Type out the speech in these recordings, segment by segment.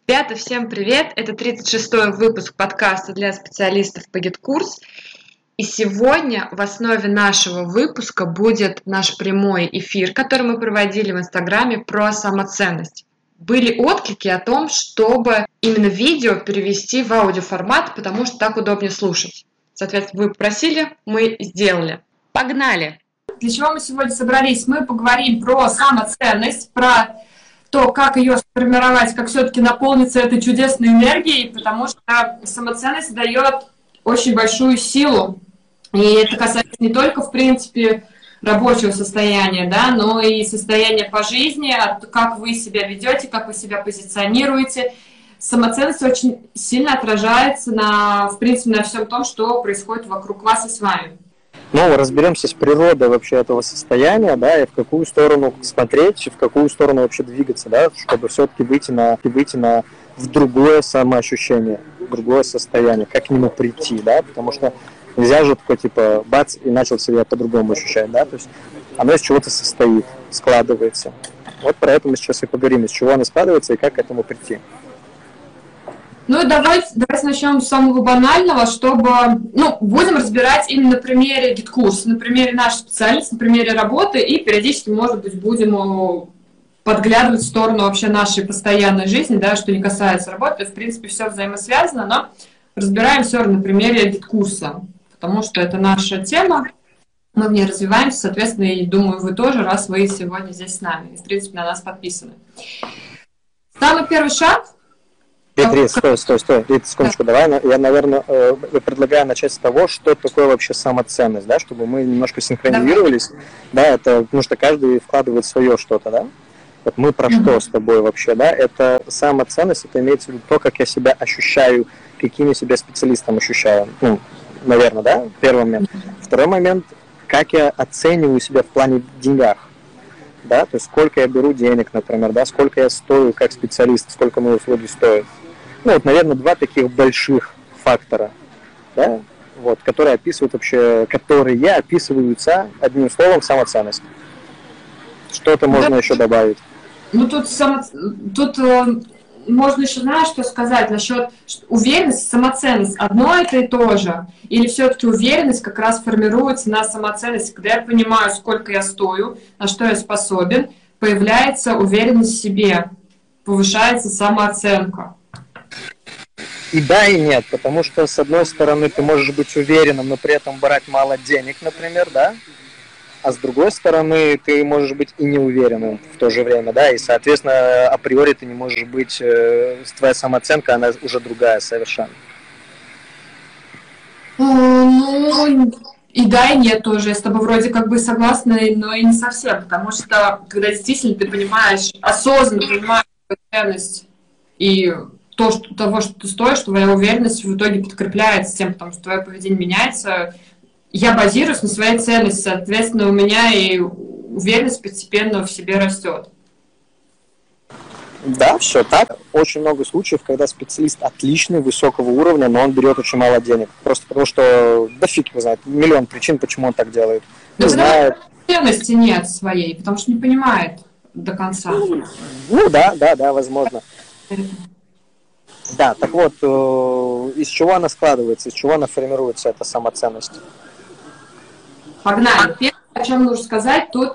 Ребята, всем привет! Это 36-й выпуск подкаста для специалистов по GitKurs. И сегодня в основе нашего выпуска будет наш прямой эфир, который мы проводили в Инстаграме про самоценность. Были отклики о том, чтобы именно видео перевести в аудиоформат, потому что так удобнее слушать. Соответственно, вы просили, мы сделали. Погнали! Для чего мы сегодня собрались? Мы поговорим про самоценность, про то, как ее сформировать, как все-таки наполниться этой чудесной энергией, потому что самоценность дает очень большую силу. И это касается не только, в принципе, рабочего состояния, да, но и состояния по жизни, как вы себя ведете, как вы себя позиционируете. Самоценность очень сильно отражается в принципе, на всем том, что происходит вокруг вас и с вами. Ну, разберемся с природой вообще этого состояния, да, и в какую сторону смотреть, в какую сторону вообще двигаться, да, чтобы все-таки выйти в другое самоощущение, в другое состояние, как к нему прийти, да, потому что нельзя же такой, типа, бац, и начал себя по-другому ощущать, да, то есть оно из чего-то состоит, складывается. Вот про это мы сейчас и поговорим, из чего оно складывается и как к этому прийти. Ну, давайте начнем с самого банального, чтобы, будем разбирать именно на примере GitKurs, на примере нашей специальности, на примере работы, и периодически, может быть, будем подглядывать в сторону вообще нашей постоянной жизни, да, что не касается работы. В принципе, все взаимосвязано, но разбираем все на примере GitKurs, потому что это наша тема, мы в ней развиваемся, соответственно, и думаю, вы тоже, раз вы сегодня здесь с нами, и, в принципе, на нас подписаны. Самый первый шаг. Рит, стой. Рит, секундочку, давай. Я, наверное, предлагаю начать с того, что такое вообще самоценность, да, чтобы мы немножко синхронизировались. Да, это потому что каждый вкладывает свое что-то, да. Вот мы про что с тобой вообще, да? Это самоценность, это имеется в виду то, как я себя ощущаю, каким я себя специалистом ощущаю. Ну, наверное, да, первый момент. Второй момент, как я оцениваю себя в плане деньгах. Да, то есть сколько я беру денег, например, да, сколько я стою как специалист, сколько мои услуги стоят. Ну, вот, наверное, два таких больших фактора, да, вот, которые описываются одним словом самоценность. Что-то можно еще добавить. Ну, тут можно еще, знаешь, что сказать насчет уверенности, самоценность. Одно это и то же. Или все-таки уверенность как раз формируется на самоценности, когда я понимаю, сколько я стою, на что я способен, появляется уверенность в себе, повышается самооценка. И да, и нет, потому что, с одной стороны, ты можешь быть уверенным, но при этом брать мало денег, например, да? А с другой стороны, ты можешь быть и неуверенным в то же время, да, и, соответственно, априори ты не можешь быть, твоя самооценка, она уже другая совершенно. Ну, и да, и нет тоже. Я с тобой вроде как бы согласна, но и не совсем, потому что, когда действительно ты понимаешь, осознанно понимаешь свою ценность и того, что ты стоишь, твоя уверенность в итоге подкрепляется тем, потому что твое поведение меняется. Я базируюсь на своей ценности, соответственно, у меня и уверенность постепенно в себе растет. Да, все так. Очень много случаев, когда специалист отличный, высокого уровня, но он берет очень мало денег. Просто потому что, да фиг его знает, миллион причин, почему он так делает. Не знает. Ценности нет своей, потому что не понимает до конца. Ну да, возможно. Да, так вот, из чего она складывается, из чего она формируется, эта самоценность? Погнали. Первое, о чем нужно сказать, тут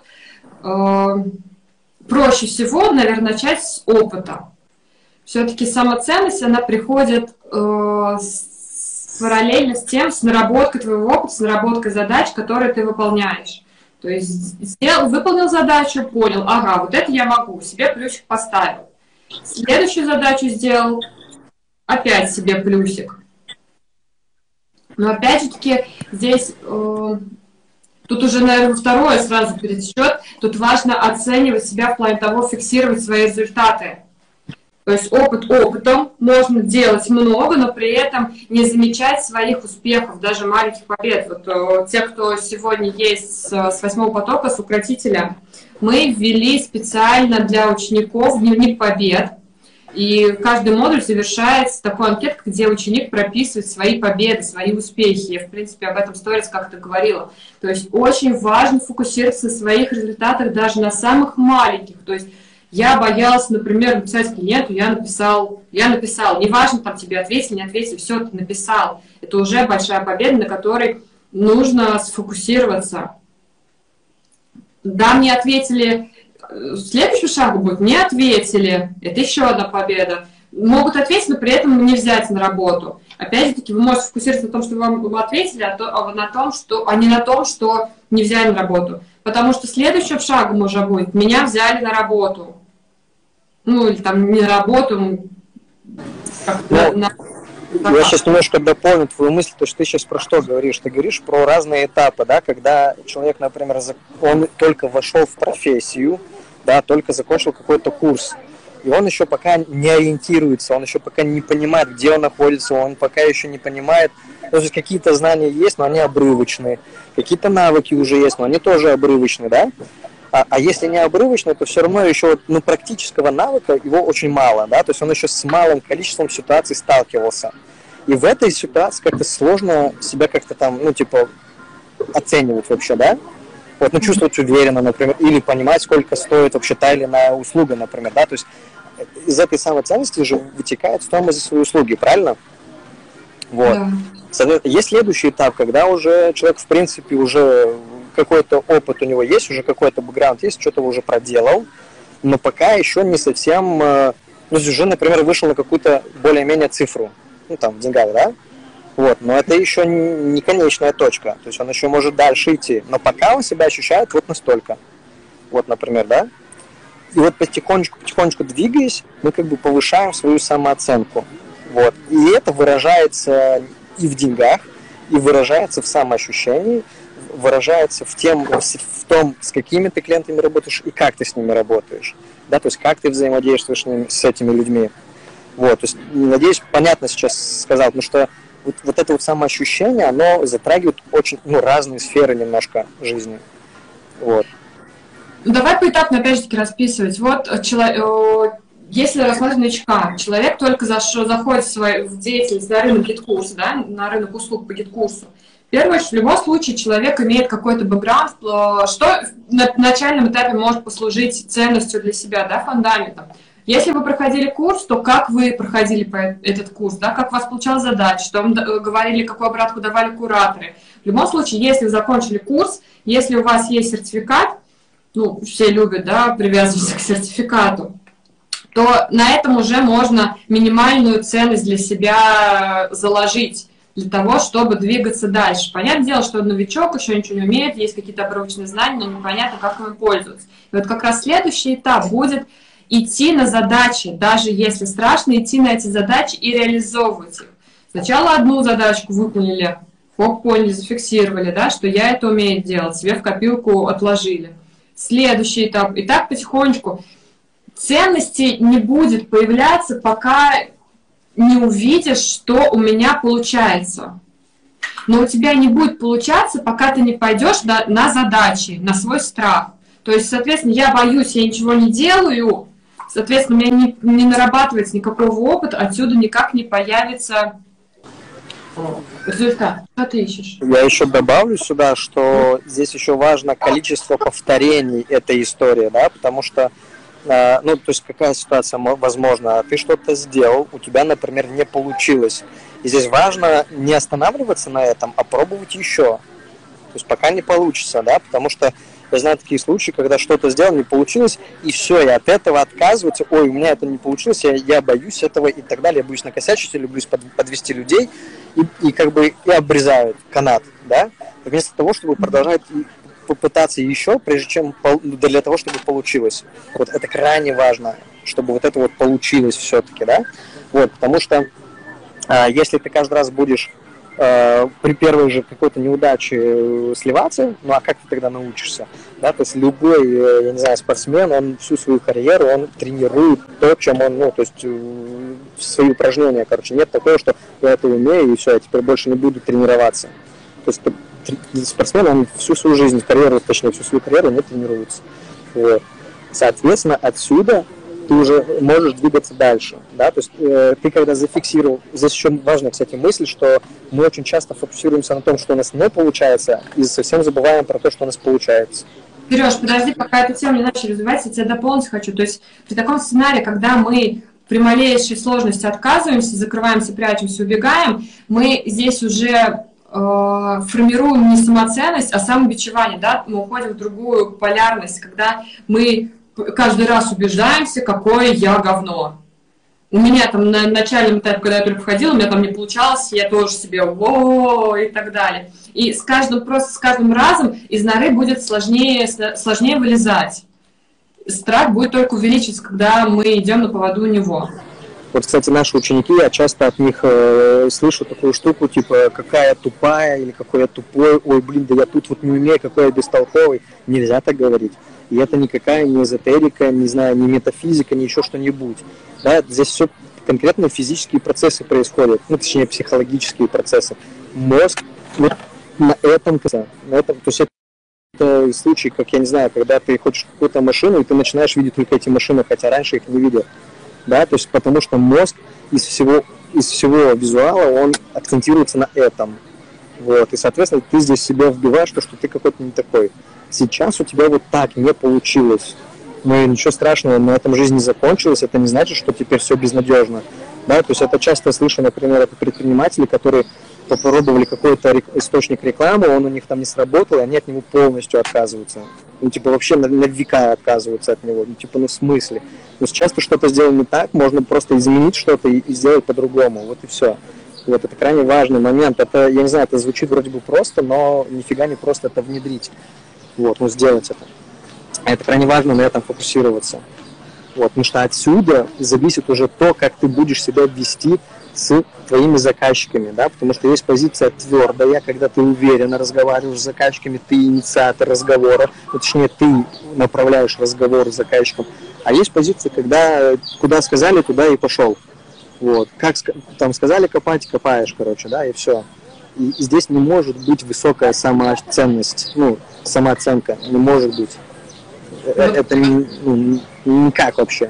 проще всего, наверное, начать с опыта. Все-таки самоценность, она приходит параллельно с тем, с наработкой твоего опыта, с наработкой задач, которые ты выполняешь. То есть выполнил задачу, понял, ага, вот это я могу, себе плюсик поставил. Следующую задачу сделал, опять себе плюсик. Но опять же таки здесь... Тут уже, наверное, второе сразу пересчет. Тут важно оценивать себя в плане того, фиксировать свои результаты. То есть опыт опытом, можно делать много, но при этом не замечать своих успехов, даже маленьких побед. Вот те, кто сегодня есть с 8-го потока, с укротителя, мы ввели специально для учеников дневник побед. И каждый модуль завершается такой анкетой, где ученик прописывает свои победы, свои успехи. Я, в принципе, об этом сторис как-то говорила. То есть очень важно фокусироваться на своих результатах, даже на самых маленьких. То есть Я боялась, например, написать клиенту, я написал, неважно, там тебе ответили, не ответили, все, ты написал. Это уже большая победа, на которой нужно сфокусироваться. Да, мне ответили, следующий шаг будет, не ответили, это еще одна победа. Могут ответить, но при этом не взять на работу. Опять же таки, вы можете фокусироваться на том, что вам ответили, а не на том, что не взяли на работу. Потому что следующим шагом уже будет, меня взяли на работу. Ну, или там не на работу, я сейчас немножко дополню твою мысль, то что ты сейчас про что говоришь? Ты говоришь про разные этапы, да, когда человек, например, он только вошел в профессию, да, только закончил какой-то курс, и он еще пока не ориентируется, он еще пока не понимает, где он находится, он пока еще не понимает, то есть какие-то знания есть, но они обрывочные, какие-то навыки уже есть, но они тоже обрывочные, да? А если не обрывочный, то все равно еще практического навыка его очень мало, да, то есть он еще с малым количеством ситуаций сталкивался. И в этой ситуации как-то сложно себя как-то там, оценивать вообще, да? Вот, чувствовать уверенно, например, или понимать, сколько стоит вообще та или иная услуга, например, да, то есть из этой самой ценности же вытекает стоимость за свои услуги, правильно? Вот. Да. Соответственно, есть следующий этап, когда уже человек, в принципе, уже какой-то опыт у него есть, уже какой-то бэкграунд есть, что-то уже проделал, но пока еще не совсем, уже, например, вышел на какую-то более-менее цифру, в деньгах, да? Вот, но это еще не конечная точка, то есть он еще может дальше идти, но пока он себя ощущает вот настолько, вот, например, да? И вот потихонечку двигаясь, мы как бы повышаем свою самооценку, вот, и это выражается и в деньгах, и выражается в самоощущении, выражается в том, с какими ты клиентами работаешь и как ты с ними работаешь, да, то есть как ты взаимодействуешь с этими людьми. Вот, то есть, надеюсь, понятно сейчас сказал, потому что вот это вот самоощущение, оно затрагивает очень разные сферы немножко жизни. Вот. Давай поэтапно опять же таки расписывать. Вот если рассматривать новичка, человек только заходит в деятельность на рынок гид-курса, да, на рынок услуг по гид-курсу. В первую очередь, в любом случае человек имеет какой-то бэкграунд, что на начальном этапе может послужить ценностью для себя, да, фундаментом. Если вы проходили курс, то как вы проходили этот курс, да, как у вас получалась задача, что вам говорили, какую обратку давали кураторы. В любом случае, если вы закончили курс, если у вас есть сертификат, все любят, да, привязываться к сертификату, то на этом уже можно минимальную ценность для себя заложить, для того, чтобы двигаться дальше. Понятное дело, что новичок еще ничего не умеет, есть какие-то обрывочные знания, но непонятно, как им пользоваться. И вот как раз следующий этап будет идти на задачи, даже если страшно, идти на эти задачи и реализовывать их. Сначала одну задачку выполнили, поняли, зафиксировали, да, что я это умею делать, себе в копилку отложили. Следующий этап. И так потихонечку. Ценности не будет появляться, пока не увидишь, что у меня получается. Но у тебя не будет получаться, пока ты не пойдешь на задачи, на свой страх. То есть, соответственно, я боюсь, я ничего не делаю, соответственно, у меня не нарабатывается никакого опыта, отсюда никак не появится результат. Что ты ищешь? Я еще добавлю сюда, что здесь еще важно количество повторений этой истории, да, потому что то есть какая ситуация возможна? Ты что-то сделал, у тебя, например, не получилось. И здесь важно не останавливаться на этом, а пробовать еще. То есть пока не получится, да, потому что я знаю такие случаи, когда что-то сделал, не получилось, и все, и от этого отказываются. Ой, у меня это не получилось, я боюсь этого и так далее, я боюсь накосячить, или боюсь подвести людей, и как бы и обрезают канат, да, вместо того, чтобы продолжать попытаться еще, прежде чем для того, чтобы получилось. Вот это крайне важно, чтобы вот это вот получилось все-таки, да. Вот, потому что если ты каждый раз будешь при первой же какой-то неудаче сливаться, а как ты тогда научишься? Да? То есть любой, я не знаю, спортсмен, он всю свою карьеру, он тренирует то, чем он, то есть свои упражнения, нет такого, что я это умею, и все, я теперь больше не буду тренироваться. То есть спортсмен, он всю свою жизнь, всю свою карьеру не тренируется. Вот. Соответственно, отсюда ты уже можешь двигаться дальше, да, то есть ты когда зафиксировал, здесь еще важная, кстати, мысль, что мы очень часто фокусируемся на том, что у нас не получается, и совсем забываем про то, что у нас получается. Сереж, подожди, пока эту тему не начали развивать, я тебя дополнить хочу. То есть при таком сценарии, когда мы при малейшей сложности отказываемся, закрываемся, прячемся, убегаем, мы здесь уже формируем не самоценность, а самобичевание, да, мы уходим в другую полярность, когда мы каждый раз убеждаемся, какое я говно. У меня там на начальном этапе, когда я только входила, у меня там не получалось, я тоже себе о и так далее. И с каждым разом из норы будет сложнее вылезать. Страх будет только увеличиваться, когда мы идем на поводу у него. Вот, кстати, наши ученики, я часто от них слышу такую штуку, типа, какая я тупая, или какой я тупой, ой, блин, да я тут вот не умею, какой я бестолковый. Нельзя так говорить. И это никакая не эзотерика, не знаю, не метафизика, не еще что-нибудь. Да, здесь все конкретно физические процессы происходят, ну, точнее, психологические процессы. Мозг вот на этом, то есть это случай, как, я не знаю, когда ты хочешь какую-то машину, и ты начинаешь видеть только эти машины, хотя раньше их не видел. Да, то есть потому что мозг из всего визуала, он акцентируется на этом. Вот, и, соответственно, ты здесь себе вбиваешь то, что ты какой-то не такой. Сейчас у тебя вот так не получилось. Ну и ничего страшного, на этом жизнь не закончилась, это не значит, что теперь все безнадежно. Да, то есть это часто слышу, например, от предпринимателей, которые попробовали какой-то источник рекламы, он у них там не сработал, и они от него полностью отказываются. Ну, типа, вообще на века отказываются от него. Ну, типа, ну, в смысле? Но сейчас ты что-то сделал не так, можно просто изменить что-то и сделать по-другому. Вот и все. Вот, это крайне важный момент. Это, я не знаю, это звучит вроде бы просто, но нифига не просто это внедрить. Вот, ну, сделать это. Это крайне важно на этом фокусироваться. Вот, потому что отсюда зависит уже то, как ты будешь себя вести с твоими заказчиками, да, потому что есть позиция твердая, когда ты уверенно разговариваешь с заказчиками, ты инициатор разговора, ну, точнее, ты направляешь разговор с заказчиком, а есть позиция, когда куда сказали, туда и пошел. Вот, как там сказали копать, копаешь, короче, да, и все. И здесь не может быть высокая самоценность, ну, самооценка, не может быть. Это никак вообще.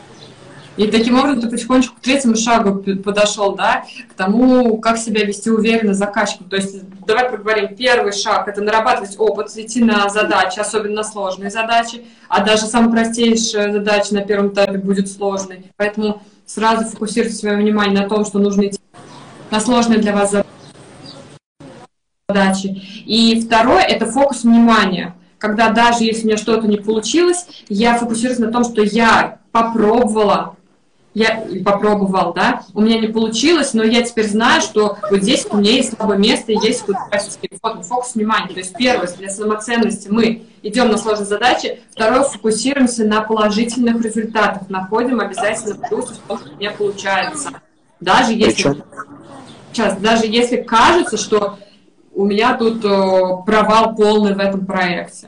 И таким образом ты потихонечку к третьему шагу подошел, да, к тому, как себя вести уверенно с заказчиком. То есть давай проговорим, первый шаг – это нарабатывать опыт, идти на задачи, особенно на сложные задачи, а даже самая простейшая задача на первом этапе будет сложной. Поэтому сразу фокусируйте свое внимание на том, что нужно идти на сложные для вас задачи. И второе – это фокус внимания. Когда даже если у меня что-то не получилось, я фокусируюсь на том, что я попробовал, да, у меня не получилось, но я теперь знаю, что вот здесь у меня есть слабое место, и есть куда расти. Вот фокус внимания. То есть первое, для самоценности мы идем на сложные задачи, второе, фокусируемся на положительных результатах, находим обязательно плюсы в том, что не получается. Даже если кажется, что у меня тут провал полный в этом проекте.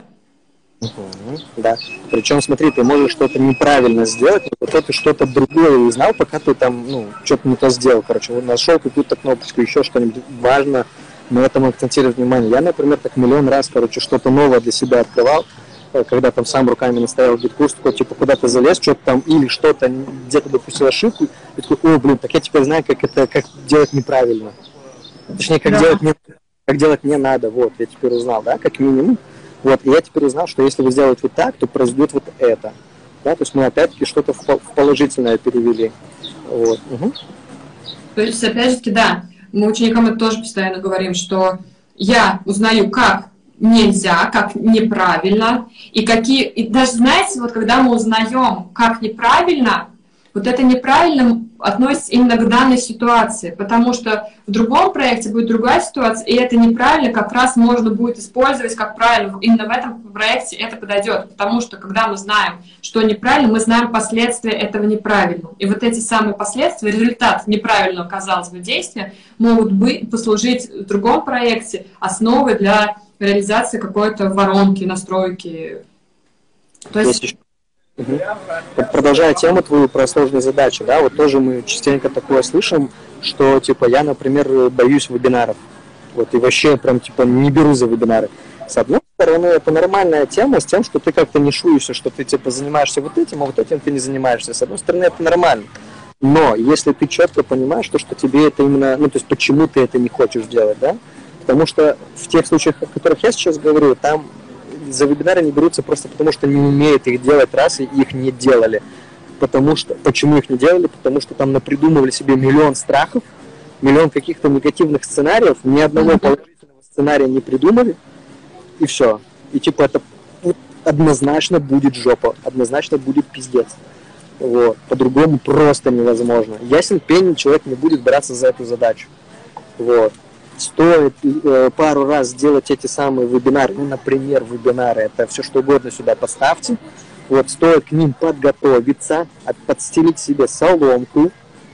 Да. Причем, смотри, ты можешь что-то неправильно сделать, но вот ты что-то другое узнал, пока ты там, что-то не то сделал, короче, вот нашел какую-то кнопочку, еще что-нибудь. Важно на этом акцентировать внимание. Я, например, так миллион раз, что-то новое для себя открывал, когда там сам руками наставил гид-курс, такой, типа, куда-то залез, что-то там, или что-то, где-то допустил ошибку, и такой, так я теперь знаю, как делать неправильно. Точнее, как делать не надо, вот, я теперь узнал, да, как минимум. Вот, и я теперь узнал, что если вы сделаете вот так, то произойдет вот это. Да, то есть мы опять-таки что-то в положительное перевели. Вот. Угу. То есть, опять же таки, да, мы ученикам это тоже постоянно говорим, что я узнаю, как нельзя, как неправильно, и даже, знаете, вот когда мы узнаем, как неправильно, вот это неправильно относится именно к данной ситуации, потому что в другом проекте будет другая ситуация, и это неправильно как раз можно будет использовать как правильно. Именно в этом проекте это подойдет, потому что когда мы знаем, что неправильно, мы знаем последствия этого неправильного. И вот эти самые последствия, результат неправильного, казалось бы, действия, могут послужить в другом проекте основой для реализации какой-то воронки, настройки. То есть... Угу. Вот продолжая тему твою про сложные задачи, да, вот тоже мы частенько такое слышим, что, типа, я, например, боюсь вебинаров, вот, и вообще прям, типа, не беру за вебинары. С одной стороны, это нормальная тема с тем, что ты как-то не шуешься, что ты, типа, занимаешься вот этим, а вот этим ты не занимаешься. С одной стороны, это нормально. Но если ты четко понимаешь, то, что тебе это именно, то есть почему ты это не хочешь делать, да, потому что в тех случаях, о которых я сейчас говорю, там за вебинары не берутся просто потому, что не умеют их делать раз и их не делали. Почему их не делали? Потому что там напридумывали себе миллион страхов, миллион каких-то негативных сценариев, ни одного положительного сценария не придумали, и все. И типа это однозначно будет жопа, однозначно будет пиздец. Вот. По-другому просто невозможно. Ясен пень, человек не будет браться за эту задачу. Вот. Стоит пару раз сделать эти самые вебинары, ну, например, вебинары, это все что угодно сюда поставьте. Вот, стоит к ним подготовиться, подстелить себе соломку,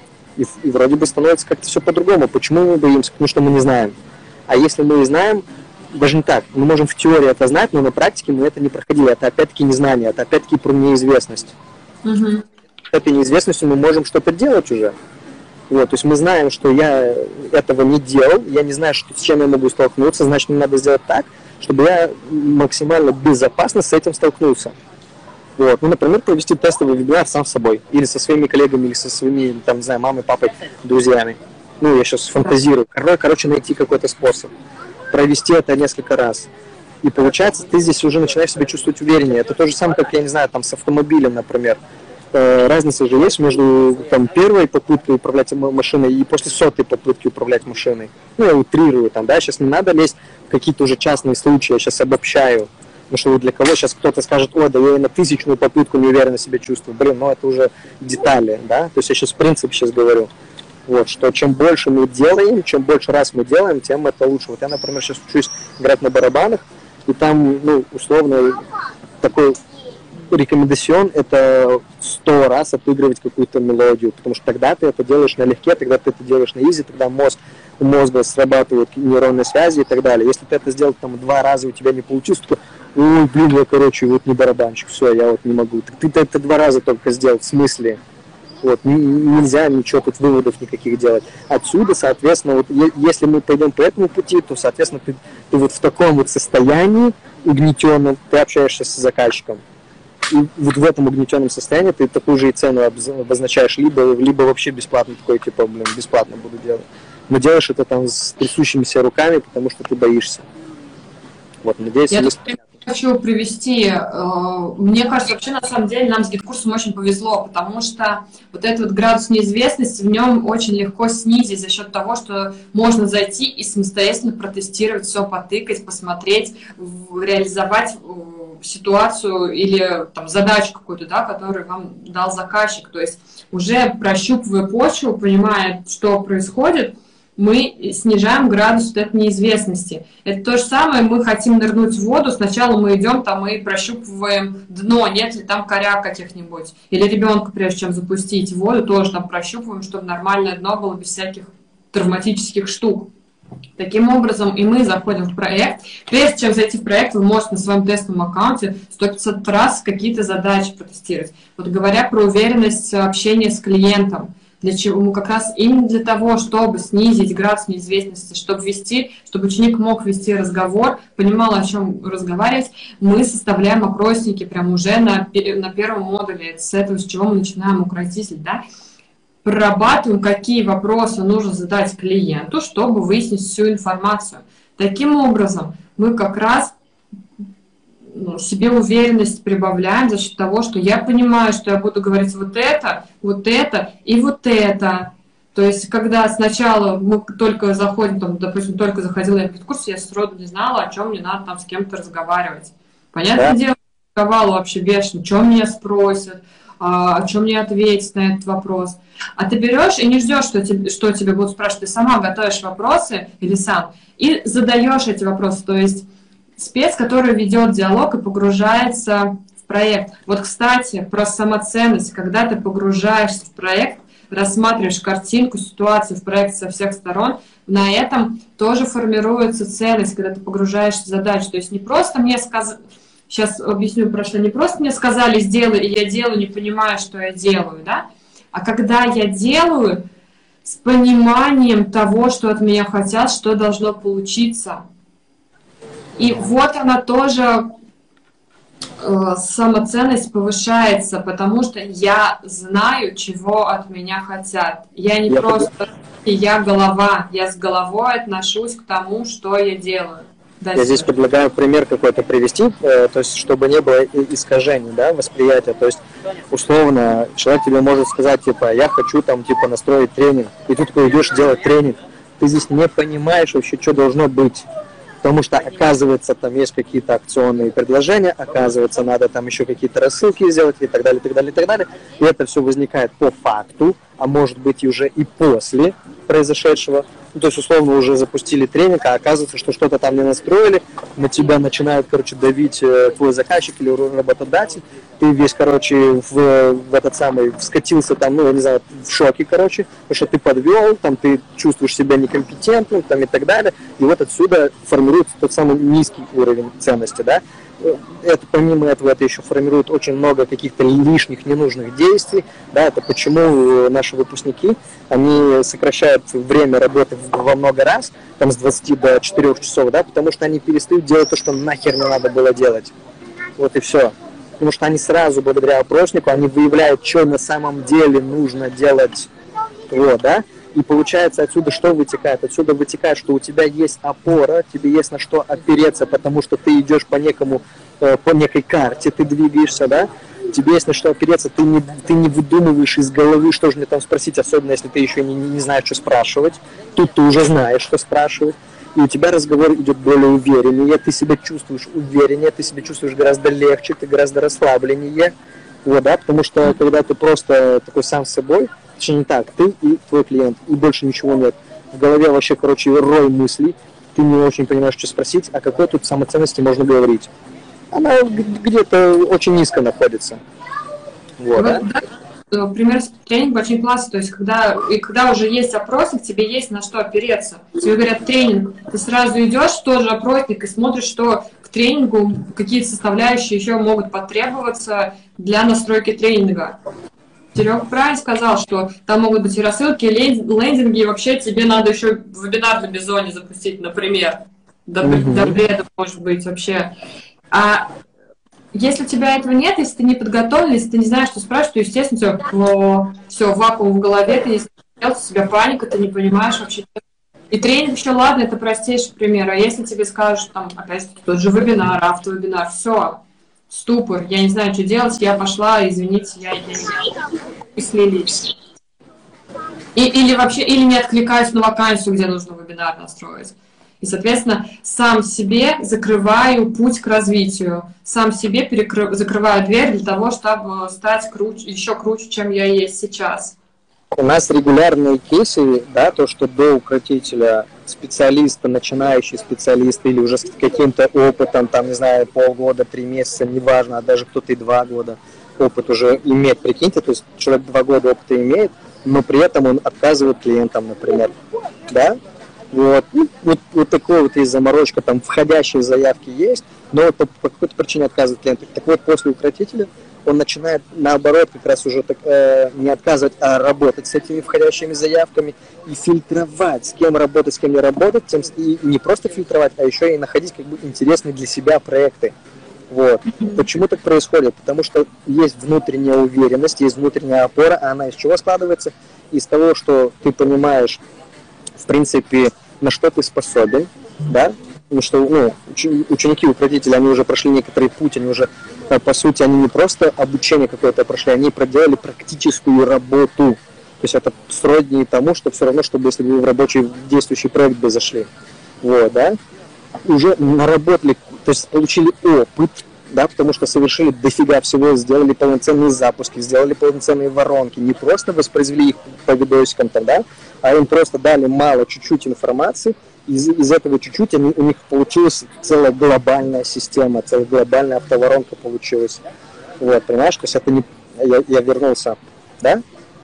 и вроде бы становится как-то все по-другому. Почему мы боимся? Потому что мы не знаем. А если мы и знаем, даже не так, мы можем в теории это знать, но на практике мы это не проходили. Это опять-таки незнание, это опять-таки про неизвестность. С этой неизвестностью мы можем что-то делать уже. Вот, то есть мы знаем, что я этого не делал, я не знаю, с чем я могу столкнуться, значит, мне надо сделать так, чтобы я максимально безопасно с этим столкнулся. Вот. Ну, например, провести тестовый вебинар сам с собой, или со своими коллегами, или со своими, там, не знаю, мамой, папой, друзьями. Ну, я сейчас фантазирую. Короче, найти какой-то способ. Провести это несколько раз. И получается, ты здесь уже начинаешь себя чувствовать увереннее. Это то же самое, как, я не знаю, там, с автомобилем, например. Разница же есть между там, первой попыткой управлять машиной и после 100-й попытки управлять машиной. Ну, я утрирую там, да, сейчас не надо лезть в какие-то уже частные случаи, я сейчас обобщаю. Потому что для кого сейчас кто-то скажет, о, да я и на 1000-ю попытку неуверенно себя чувствую. Блин, ну это уже детали, да. То есть я сейчас в принципе говорю, вот, что чем больше мы делаем, чем больше раз мы делаем, тем это лучше. Вот я, например, сейчас учусь играть на барабанах, и там, ну, условно, такой рекомендацион – это 100 раз отыгрывать какую-то мелодию, потому что тогда ты это делаешь налегке, тогда ты это делаешь на изи, тогда у мозга срабатывают нейронные связи и так далее. Если ты это сделал там 2 раза, у тебя не получилось, то ой, блин, я, короче, вот не барабанщик, все, я вот не могу. Так ты это 2 раза только сделал, в смысле? Вот, нельзя ничего тут выводов никаких делать. Отсюда, соответственно, вот, если мы пойдем по этому пути, то, соответственно, ты вот в таком вот состоянии угнетенном, ты общаешься с заказчиком. И вот в этом угнетенном состоянии ты такую же и цену обозначаешь, либо вообще бесплатно, такой, типа, блин, бесплатно буду делать. Но делаешь это там с трясущимися руками, потому что ты боишься. Вот, надеюсь, я хочу привести, мне кажется, вообще на самом деле нам с гид-курсом очень повезло, потому что вот этот вот градус неизвестности в нем очень легко снизить за счет того, что можно зайти и самостоятельно протестировать, все потыкать, посмотреть, реализовать ситуацию или там задачу какую-то, да, которую вам дал заказчик. То есть уже прощупывая почву, понимая, что происходит, мы снижаем градус вот этой неизвестности. Это то же самое, мы хотим нырнуть в воду, сначала мы идем там и прощупываем дно, нет ли там коряк каких-нибудь. Или ребенка, прежде чем запустить в воду, тоже там прощупываем, чтобы нормальное дно было без всяких травматических штук. Таким образом, и мы заходим в проект. Прежде чем зайти в проект, вы можете на своем тестовом аккаунте 100-500 раз какие-то задачи протестировать. Вот говоря про уверенность общения с клиентом, для чего мы как раз именно для того, чтобы снизить градус неизвестности, чтобы ученик мог вести разговор, понимал, о чем разговаривать, мы составляем опросники прямо уже на первом модуле. Это с этого, с чего мы начинаем укротитель, да? Прорабатываем, какие вопросы нужно задать клиенту, чтобы выяснить всю информацию. Таким образом, мы как раз себе уверенность прибавляем за счет того, что я понимаю, что я буду говорить вот это и вот это. То есть, когда сначала мы только заходим, там, допустим, только заходила я в гид-курс, я сроду не знала, о чем мне надо там с кем-то разговаривать. Понятное дело, я разговаривала вообще бешено, что меня спросят, о чем мне ответить на этот вопрос. А ты берешь и не ждешь, что тебе будут спрашивать, ты сама готовишь вопросы или сам, и задаешь эти вопросы. То есть спец, который ведет диалог и погружается в проект. Вот, кстати, про самоценность. Когда ты погружаешься в проект, рассматриваешь картинку, ситуацию в проекте со всех сторон, на этом тоже формируется ценность, когда ты погружаешься в задачу. То есть не просто мне сказали, сейчас объясню про что, не просто мне сказали сделай, и я делаю, не понимая, что я делаю, да? А когда я делаю с пониманием того, что от меня хотят, что должно получиться. И вот она тоже, самоценность повышается, потому что я знаю, чего от меня хотят. Я не просто, я голова, я с головой отношусь к тому, что я делаю. Я здесь предлагаю пример какой-то привести, то есть чтобы не было искажений, да, восприятия. То есть условно человек тебе может сказать, типа, я хочу там типа настроить тренинг, и ты такой идешь делать тренинг. Ты здесь не понимаешь вообще, что должно быть. Потому что, оказывается, там есть какие-то акционные предложения, оказывается, надо там еще какие-то рассылки сделать и так далее, и так далее, и так далее. И это все возникает по факту, а может быть и уже и после произошедшего. Ну, то есть, условно, уже запустили тренинг, а оказывается, что что-то там не настроили, на тебя начинает, короче, давить твой заказчик или работодатель, ты весь, короче, в этот самый, скатился там, ну, я не знаю, в шоке, короче, потому что ты подвел, там, ты чувствуешь себя некомпетентным, там, и так далее, и вот отсюда формируется тот самый низкий уровень ценности, да. Это, помимо этого, это еще формирует очень много каких-то лишних, ненужных действий, да, это почему наши выпускники, они сокращают время работы во много раз, там, с 20 до 4 часов, да, потому что они перестают делать то, что нахер не надо было делать, вот и все. Потому что они сразу, благодаря опроснику, они выявляют, что на самом деле нужно делать, вот, да. И получается отсюда что вытекает? Отсюда вытекает, что у тебя есть опора, тебе есть на что опереться, потому что ты идешь по некой карте, ты двигаешься, да? Тебе есть на что опереться, ты не выдумываешь из головы, что же мне там спросить, особенно если ты еще не знаешь, что спрашивать. Тут ты уже знаешь, что спрашивать. И у тебя разговор идет более увереннее, ты себя чувствуешь увереннее, ты себя чувствуешь гораздо легче, ты гораздо расслабленнее. Вот, да? Потому что когда ты просто такой сам с собой, точнее не так, ты и твой клиент, и больше ничего нет. В голове вообще, короче, рой мыслей, ты не очень понимаешь, что спросить, о какой тут самоценности можно говорить. Она где-то очень низко находится. Вот, да? Пример с тренингом очень классный, то есть когда уже есть опросник, тебе есть на что опереться. Тебе говорят тренинг, ты сразу идешь в тот же опросник и смотришь, что к тренингу какие составляющие еще могут потребоваться для настройки тренинга. Серега правильно сказал, что там могут быть и рассылки, и лендинги, и вообще тебе надо еще вебинар на Бизоне запустить, например. До бреда, может быть, вообще. А если у тебя этого нет, если ты не подготовлен, если ты не знаешь, что спрашивать, то, естественно, все, вакуум в голове, ты не сделал, у тебя паника, ты не понимаешь вообще. И тренинг еще, ладно, это простейший пример. А если тебе скажут, там, опять-таки, тот же вебинар, автовебинар, все, ступор, я не знаю, что делать, я пошла, извините, я и слились. Или вообще, или не откликаюсь на вакансию, где нужно вебинар настроить. И, соответственно, сам себе закрываю путь к развитию, сам себе закрываю дверь для того, чтобы стать еще круче, чем я есть сейчас. У нас регулярные кейсы, да, то, что до укротителя специалиста, начинающий специалист или уже с каким-то опытом, там, не знаю, полгода, 3 месяца, неважно, а даже кто-то и 2 года опыт уже имеет, прикиньте, то есть человек 2 года опыта имеет, но при этом он отказывает клиентам, например, да, вот такой вот есть заморочка, там входящие заявки есть, но по какой-то причине отказывает клиентам. Так вот, после укротителя он начинает, наоборот, как раз уже не отказывать, а работать с этими входящими заявками и фильтровать, с кем работать, с кем не работать, и не просто фильтровать, а еще и находить как бы интересные для себя проекты. Вот. Почему так происходит? Потому что есть внутренняя уверенность, есть внутренняя опора, а она из чего складывается? Из того, что ты понимаешь, в принципе, на что ты способен, да, потому что ученики укротителя, они уже прошли некоторый путь, они уже, по сути, они не просто обучение какое-то прошли, они проделали практическую работу. То есть это сродни тому, что все равно, чтобы если бы вы в рабочий действующий проект бы зашли. Вот, да, уже наработали, то есть получили опыт, да, потому что совершили дофига всего, сделали полноценные запуски, сделали полноценные воронки, не просто воспроизвели их по видосикам там, да, а им просто дали мало, чуть-чуть информации, из этого чуть-чуть у них получилась целая глобальная система, целая глобальная автоворонка получилась. Вот, понимаешь, то есть это не... Я вернулся, да?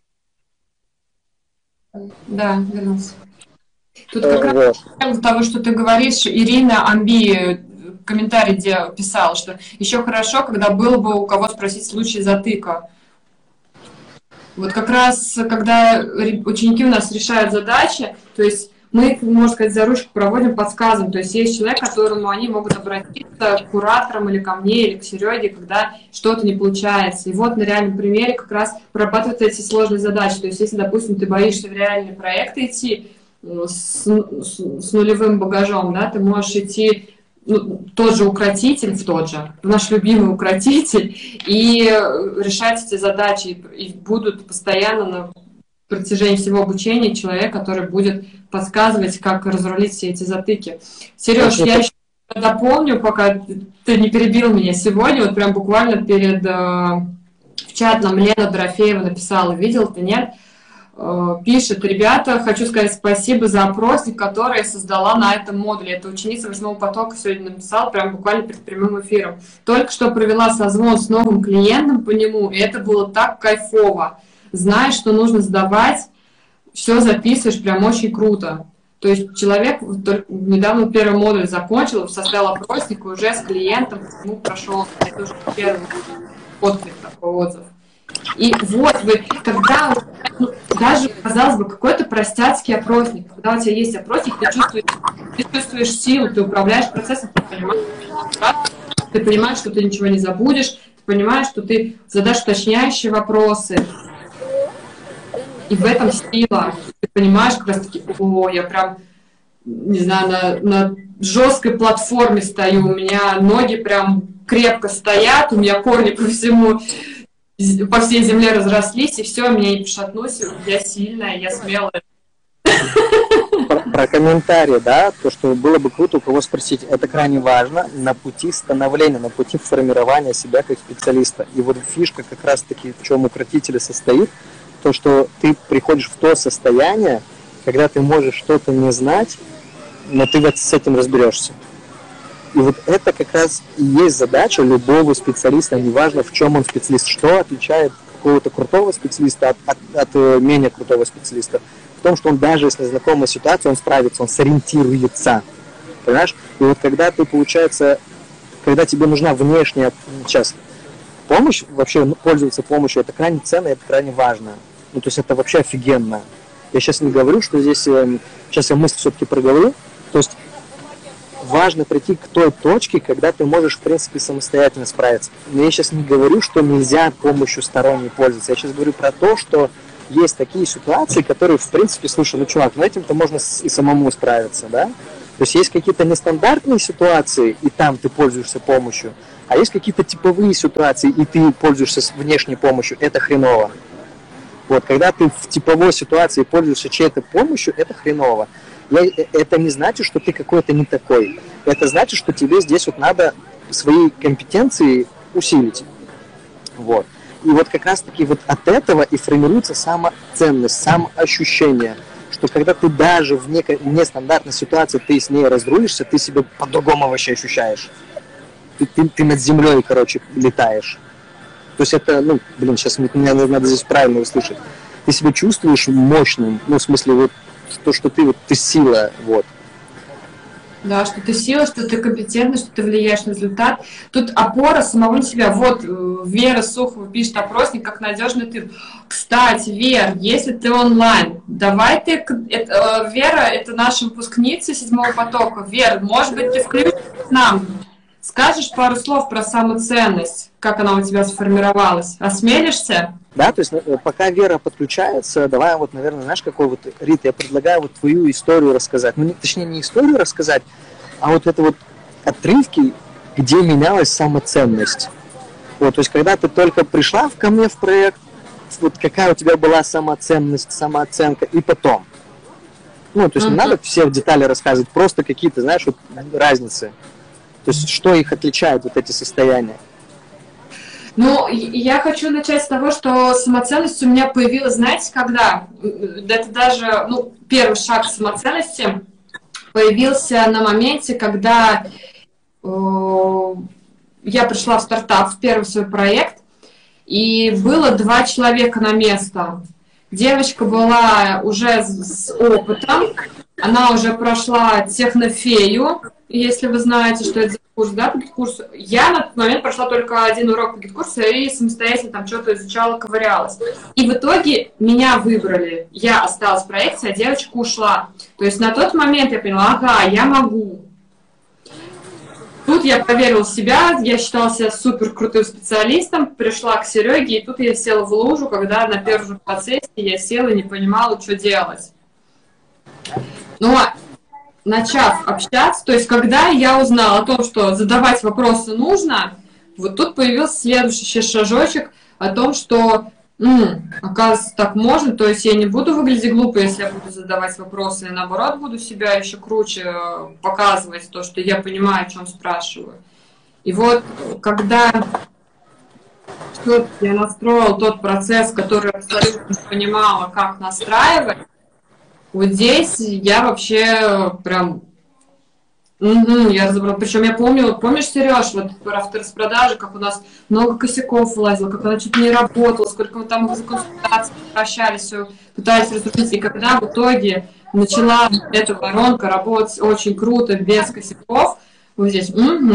Да, вернулся. Тут как раз того, что ты говоришь, Ирина Амби комментарий писала, что еще хорошо, когда было бы у кого спросить случай затыка. Вот как раз, когда ученики у нас решают задачи, то есть мы, можно сказать, за ручку проводим, подсказываем. То есть есть человек, к которому они могут обратиться, к кураторам или ко мне, или к Сереге, когда что-то не получается. И вот на реальном примере как раз прорабатывают эти сложные задачи. То есть если, допустим, ты боишься в реальные проекты идти с нулевым багажом, да, ты можешь идти тот же укротитель, наш любимый укротитель, и решать эти задачи, и будут постоянно на протяжении всего обучения человек, который будет подсказывать, как разрулить все эти затыки. Сереж, я еще дополню, пока ты не перебил меня сегодня, вот прям буквально перед в чат нам Лена Дорофеева написала, видел ты, нет? Пишет: ребята, хочу сказать спасибо за опросник, который я создала на этом модуле. Это ученица 8-го потока сегодня написала, прям буквально перед прямым эфиром. Только что провела созвон с новым клиентом по нему, и это было так кайфово. Знаешь, что нужно сдавать, все записываешь, прям очень круто. То есть человек недавно первый модуль закончил, составил опросник, и уже с клиентом прошел. Это уже первый отклик, такой отзыв. И вот вы, когда даже, казалось бы, какой-то простяцкий опросник, когда у тебя есть опросник, ты чувствуешь силу, ты управляешь процессом, ты понимаешь, что ты ничего не забудешь, ты понимаешь, что ты задашь уточняющие вопросы. И в этом сила. Ты понимаешь, как раз таки, я прям, не знаю, на жесткой платформе стою, у меня ноги прям крепко стоят, у меня корни по всей земле разрослись, и все, меня не пошатнусь, я сильная, я смелая. Про комментарии, да, то, что было бы круто у кого спросить, это крайне важно на пути становления, на пути формирования себя как специалиста. И вот фишка как раз-таки, в чем укротитель состоит, то, что ты приходишь в то состояние, когда ты можешь что-то не знать, но ты с этим разберешься. И вот это как раз и есть задача любого специалиста, неважно, в чем он специалист, что отличает какого-то крутого специалиста от менее крутого специалиста. В том, что он даже если знакомая ситуация, он справится, он сориентируется. Понимаешь? И вот когда ты, получается, когда тебе нужна внешняя сейчас помощь, вообще пользоваться помощью, это крайне ценно, это крайне важно. Ну, то есть это вообще офигенно. Я сейчас не говорю, что здесь, сейчас я мысль все-таки проговорю, то есть важно прийти к той точке, когда ты можешь, в принципе, самостоятельно справиться. Но я сейчас не говорю, что нельзя помощью сторонней пользоваться. Я сейчас говорю про то, что есть такие ситуации, которые, в принципе, слушай, чувак, этим-то можно и самому справиться, да? То есть есть какие-то нестандартные ситуации, и там ты пользуешься помощью, а есть какие-то типовые ситуации, и ты пользуешься внешней помощью, это хреново. Вот, когда ты в типовой ситуации пользуешься чьей-то помощью, это хреново. Это не значит, что ты какой-то не такой. Это значит, что тебе здесь вот надо свои компетенции усилить. Вот. И вот как раз-таки вот от этого и формируется самоценность, самоощущение, что когда ты даже в нестандартной ситуации, ты с ней разрулишься, ты себя по-другому вообще ощущаешь. Ты над землей, летаешь. То есть это, сейчас мне надо здесь правильно услышать. Ты себя чувствуешь мощным, в смысле, вот то, что ты сила, вот. Да, что ты сила, что ты компетентный, что ты влияешь на результат. Тут опора самого на себя. Вот Вера Сухова пишет опросник, как надежный ты. Кстати, Вер, если ты онлайн, давай ты... Вера, это наша выпускница 7-го потока. Вер, может быть, ты включишься к нам? Скажешь пару слов про самоценность, как она у тебя сформировалась? Осмелишься? Да, то есть пока Вера подключается, давай наверное, знаешь, какой Рита, я предлагаю твою историю рассказать. Точнее, не историю рассказать, а это отрывки, где менялась самоценность. Вот, то есть когда ты только пришла ко мне в проект, какая у тебя была самоценность, самооценка, и потом. То есть не надо все в детали рассказывать, просто какие-то, знаешь, разницы. То есть что их отличает, эти состояния? Я хочу начать с того, что самоценность у меня появилась, знаете, когда? Это даже, первый шаг к самоценности появился на моменте, когда я пришла в стартап, в первый свой проект, и было 2 человека на место. Девочка была уже с опытом, она уже прошла технофею, если вы знаете, что это за курс, да, гид-курс. Я на тот момент прошла только 1 урок по гид-курсу и самостоятельно там что-то изучала, ковырялась. И в итоге меня выбрали. Я осталась в проекте, а девочка ушла. То есть на тот момент я поняла, я могу. Тут я проверила себя, я считала себя супер крутым специалистом, пришла к Сереге, и тут я села в лужу, когда на первом же процессе я села и не понимала, что делать. начав общаться, то есть когда я узнала о том, что задавать вопросы нужно, вот тут появился следующий шажочек о том, что, оказывается, так можно, то есть я не буду выглядеть глупо, если я буду задавать вопросы, я наоборот буду себя еще круче показывать, то, что я понимаю, о чем спрашиваю. И вот когда я настроила тот процесс, который абсолютно не понимала, как настраивать, вот здесь я вообще прям... я разобрала. Причем я помню, помнишь, Сереж, вот про автораспродажи, как у нас много косяков вылазило, как она чуть не работала, сколько мы там за консультации прощались, все пытались разрушить. И когда в итоге начала эта воронка работать очень круто, без косяков, вот здесь,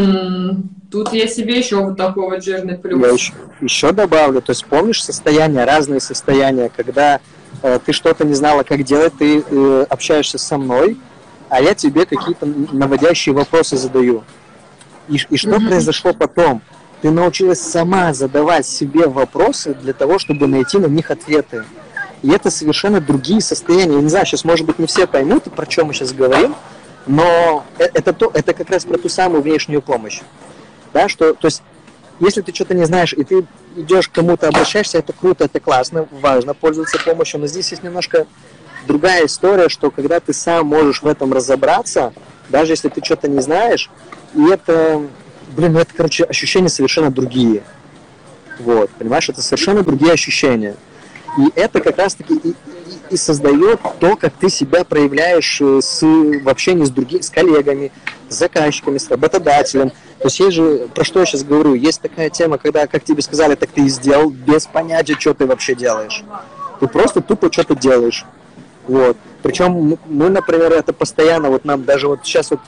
тут я себе еще вот такой вот жирный плюс. Я еще добавлю, то есть помнишь состояния, разные состояния, когда ты что-то не знала, как делать, ты общаешься со мной, а я тебе какие-то наводящие вопросы задаю. И что произошло потом? Ты научилась сама задавать себе вопросы для того, чтобы найти на них ответы. И это совершенно другие состояния. Я не знаю, сейчас, может быть, не все поймут, про что мы сейчас говорим, но это как раз про ту самую внешнюю помощь. Да, что, то есть, если ты что-то не знаешь, и ты идешь к кому-то, обращаешься, это круто, это классно, важно пользоваться помощью, но здесь есть немножко другая история, что когда ты сам можешь в этом разобраться, даже если ты что-то не знаешь, и это, короче, ощущения совершенно другие. Вот, понимаешь, это совершенно другие ощущения. И это как раз-таки и создает то, как ты себя проявляешь в общении с коллегами, с заказчиками, с работодателем. То есть есть же, про что я сейчас говорю, есть такая тема, когда, как тебе сказали, так ты и сделал, без понятия, что ты вообще делаешь. Ты просто тупо что-то делаешь. Вот. Причем мы, например, это постоянно, вот нам даже вот сейчас вот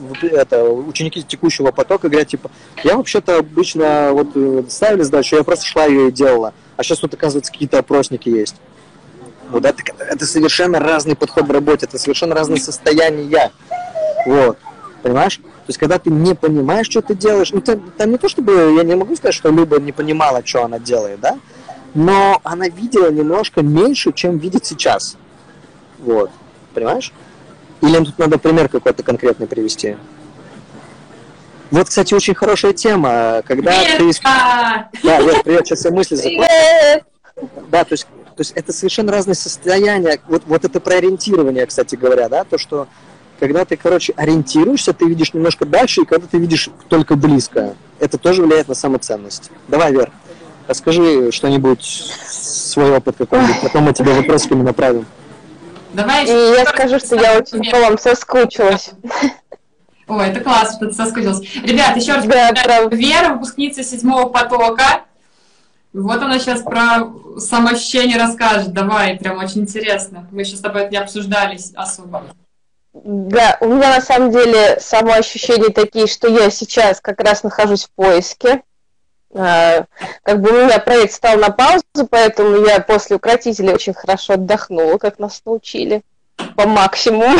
ученики текущего потока говорят, типа, я вообще-то обычно вот ставили задачу, я просто шла ее и делала. А сейчас вот, оказывается, какие-то опросники есть. Вот это совершенно разный подход к работе, это совершенно разные состояния. Вот. Понимаешь? То есть, когда ты не понимаешь, что ты делаешь, там не то, чтобы, я не могу сказать, что Люба не понимала, что она делает, да? Но она видела немножко меньше, чем видит сейчас. Вот. Понимаешь? Или тут надо пример какой-то конкретный привести? Вот, кстати, очень хорошая тема, когда ты... Да, вот, привет, сейчас я мысли закончу. Да, то есть это совершенно разные состояния. Вот это про ориентирование, кстати говоря, да, то, что когда ты, короче, ориентируешься, ты видишь немножко дальше, и когда ты видишь только близко, это тоже влияет на самоценность. Давай, Вер, расскажи что-нибудь, свой опыт какой-нибудь, потом мы тебе вопросиками направим. Давай и я скажу, что я очень по вам соскучилась. Ой, это классно, что ты соскучилась. Ребят, еще раз, Вера, выпускница 7-го потока. Вот она сейчас про самоощущение расскажет. Давай, прям очень интересно. Мы сейчас с тобой это не обсуждали особо. Да, у меня на самом деле самоощущения такие, что я сейчас как раз нахожусь в поиске. Как бы у меня проект стал на паузу, поэтому я после укротителя очень хорошо отдохнула, как нас научили, по максимуму.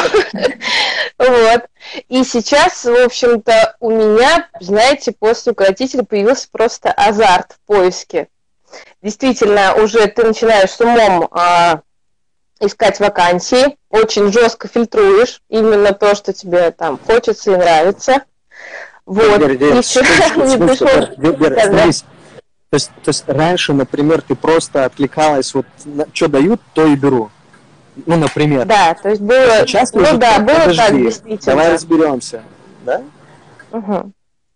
Вот. И сейчас, в общем-то, у меня, знаете, после укротителя появился просто азарт в поиске. Действительно, уже ты начинаешь с умом искать вакансии, очень жестко фильтруешь именно то, что тебе там хочется и нравится. Вот. Вер, то есть раньше, например, ты просто откликалась, вот что дают, то и беру. Ну, например. Да, то есть было, сейчас было так, действительно. Давай разберемся, да? Угу.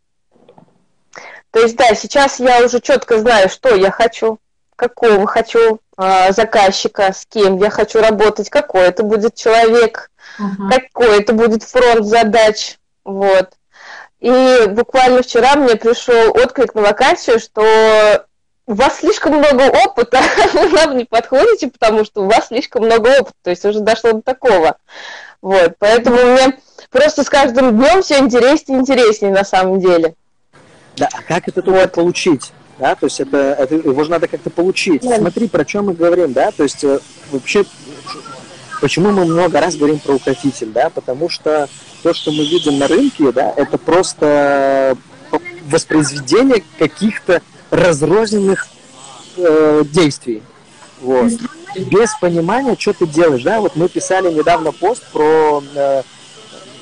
То есть, да, сейчас я уже четко знаю, что я хочу, какого хочу заказчика, с кем я хочу работать, какой это будет человек, какой это будет фронт задач, вот. И буквально вчера мне пришел отклик на вакансию, что у вас слишком много опыта, вы нам не подходите, потому что у вас слишком много опыта, то есть уже дошло до такого. Вот, поэтому мне просто с каждым днем все интереснее и интереснее на самом деле. Да, а как это только получить? Да, то есть это его же надо как-то получить. Да. Смотри, про что мы говорим, да, то есть вообще, почему мы много раз говорим про укротитель, да, потому что то, что мы видим на рынке, да, это просто воспроизведение каких-то разрозненных действий, вот. Без понимания, что ты делаешь, да, вот мы писали недавно пост про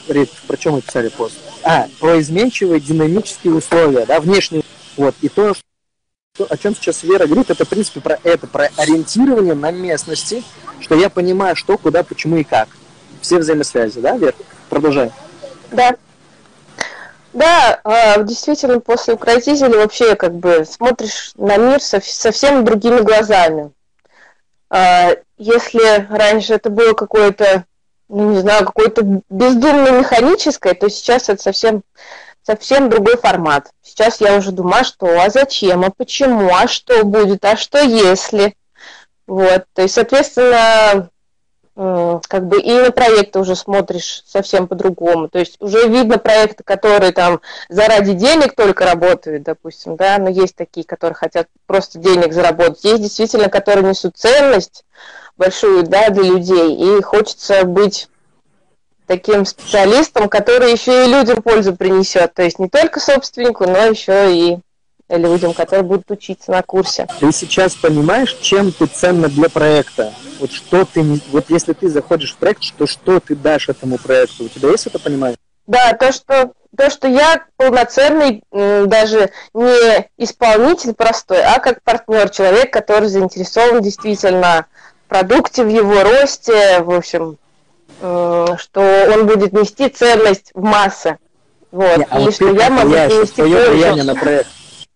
Рит, про чем мы писали пост? Про изменчивые динамические условия, да, внешние. Вот, и то, о чем сейчас Вера говорит, это, в принципе, про ориентирование на местности, что я понимаю, что, куда, почему и как. Все взаимосвязи, да, Вера? Продолжай. Да. Да, действительно, после укротителя вообще как бы смотришь на мир совсем другими глазами. Если раньше это было какое-то, ну, не знаю, какое-то бездумно механическое, то сейчас это совсем другой формат. Сейчас я уже думаю, а зачем, а почему, а что будет, а что если. Вот, то есть, соответственно, как бы и на проекты уже смотришь совсем по-другому. То есть уже видно проекты, которые там заради денег только работают, допустим, да, но есть такие, которые хотят просто денег заработать. Есть действительно, которые несут ценность большую, да, для людей, и хочется быть таким специалистом, который еще и людям пользу принесет. То есть не только собственнику, но еще и людям, которые будут учиться на курсе. Ты сейчас понимаешь, чем ты ценна для проекта? Вот что ты, вот если ты заходишь в проект, что ты дашь этому проекту? У тебя есть это понимание? Да, то, что я полноценный, даже не исполнитель простой, а как партнер, человек, который заинтересован действительно в продукте, в его росте, в общем, что он будет нести ценность в массы. Вот. И вот что я могу принести твое влияние на проект.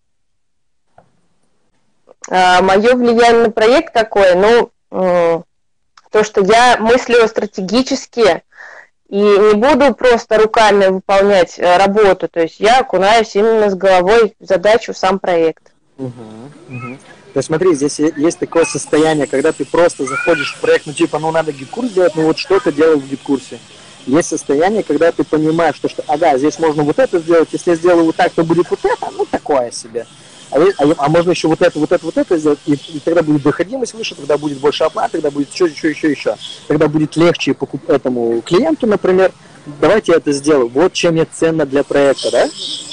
Мое влияние на проект такое, то, что я мыслю стратегически и не буду просто руками выполнять работу, то есть я окунаюсь именно с головой в задачу, в сам проект. То есть смотри, здесь есть такое состояние, когда ты просто заходишь в проект, надо гид-курс делать, вот что ты делаешь в гид-курсе. Есть состояние, когда ты понимаешь, что здесь можно вот это сделать, если я сделаю вот так, то будет вот это, такое себе. А можно еще вот это сделать, и тогда будет доходимость выше, тогда будет больше оплаты, тогда будет еще. Тогда будет легче этому клиенту, например, давайте я это сделаю. Вот чем я ценна для проекта, да?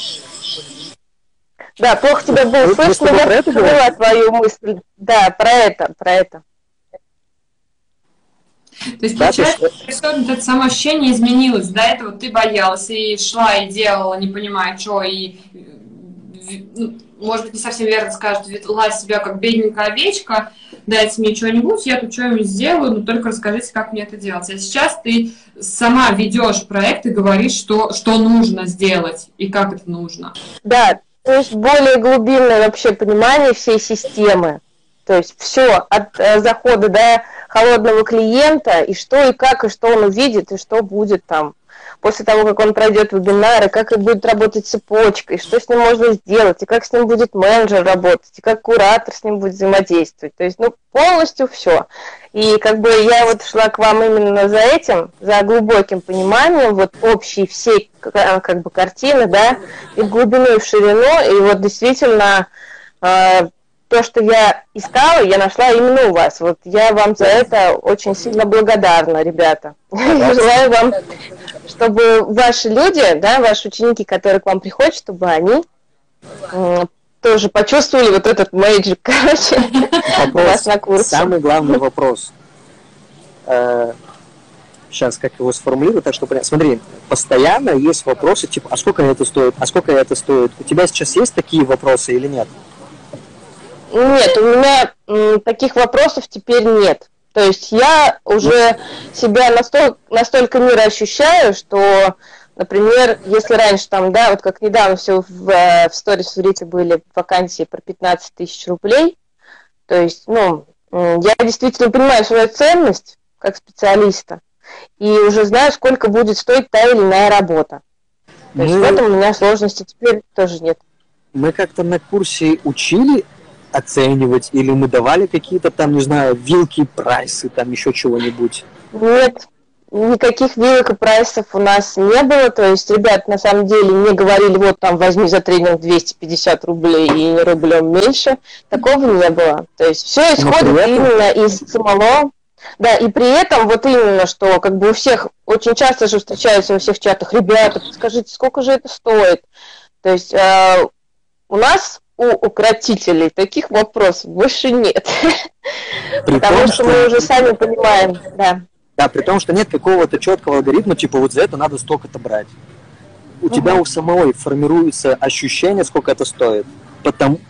Да, плохо тебя было слышно, я поняла твою мысль. Да, про это. То есть, получается, это самоощущение изменилось. До этого ты боялась и шла, и делала, не понимая, что, и, может быть, не совсем верно скажут, вела себя как бедненькая овечка, дайте мне что-нибудь, я тут что-нибудь сделаю, но только расскажите, как мне это делать. А сейчас ты сама ведешь проект и говоришь, что нужно сделать и как это нужно. Да, то есть более глубинное вообще понимание всей системы. То есть все от захода до холодного клиента, и что, и как, и что он увидит, и что будет там после того, как он пройдет вебинары, как и будет работать цепочка, и что с ним можно сделать, и как с ним будет менеджер работать, и как куратор с ним будет взаимодействовать. То есть, полностью все. И как бы я вот шла к вам именно за этим, за глубоким пониманием вот общей всей как бы картины, да, и в глубину, и в ширину, и вот действительно то, что я искала, я нашла именно у вас. Вот я вам за это очень сильно благодарна, ребята. Я желаю вам, чтобы ваши люди, да, ваши ученики, которые к вам приходят, чтобы они тоже почувствовали вот этот мэйджик, короче, у вас на курсе. Самый главный вопрос. Сейчас как его сформулирую, так что понятно. Смотри, постоянно есть вопросы, типа, а сколько это стоит, У тебя сейчас есть такие вопросы или нет? Нет, у меня таких вопросов теперь нет. То есть я уже себя настолько мира ощущаю, что, например, если раньше там, да, вот как недавно все в сторис в Рите были вакансии про 15 тысяч рублей, то есть, я действительно понимаю свою ценность как специалиста и уже знаю, сколько будет стоить та или иная работа. То есть в этом у меня сложности теперь тоже нет. Мы как-то на курсе учили оценивать, или мы давали какие-то там, не знаю, вилки, прайсы, там еще чего-нибудь? Нет, никаких вилок и прайсов у нас не было, то есть ребят на самом деле не говорили, вот там возьми за тренинг 250 рублей и рублем меньше, такого не было. То есть все исходит именно из самого. Да, и при этом вот именно, что как бы у всех, очень часто же встречаются во всех чатах, ребята, подскажите, сколько же это стоит? То есть у нас у укротителей таких вопросов больше нет. Потому что мы уже сами понимаем, да. Да, при том, что нет какого-то четкого алгоритма, типа вот за это надо столько-то брать. У тебя у самого формируется ощущение, сколько это стоит. Потому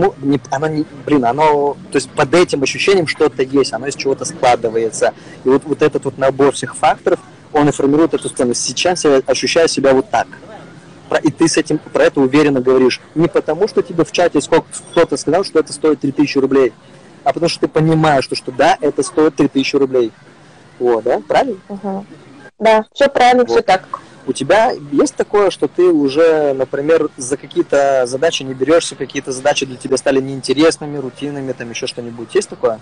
оно, то есть под этим ощущением что-то есть, оно из чего-то складывается. И вот этот вот набор всех факторов, он и формирует эту ценность. Сейчас я ощущаю себя вот так. И ты с этим про это уверенно говоришь. Не потому, что тебе в чате кто-то сказал, что это стоит 3000 рублей, а потому что ты понимаешь, что да, это стоит 3000 рублей. Вот, да? Правильно? Угу. Да, все правильно, вот. Все так. У тебя есть такое, что ты уже, например, за какие-то задачи не берешься, какие-то задачи для тебя стали неинтересными, рутинными, там еще что-нибудь? Есть такое?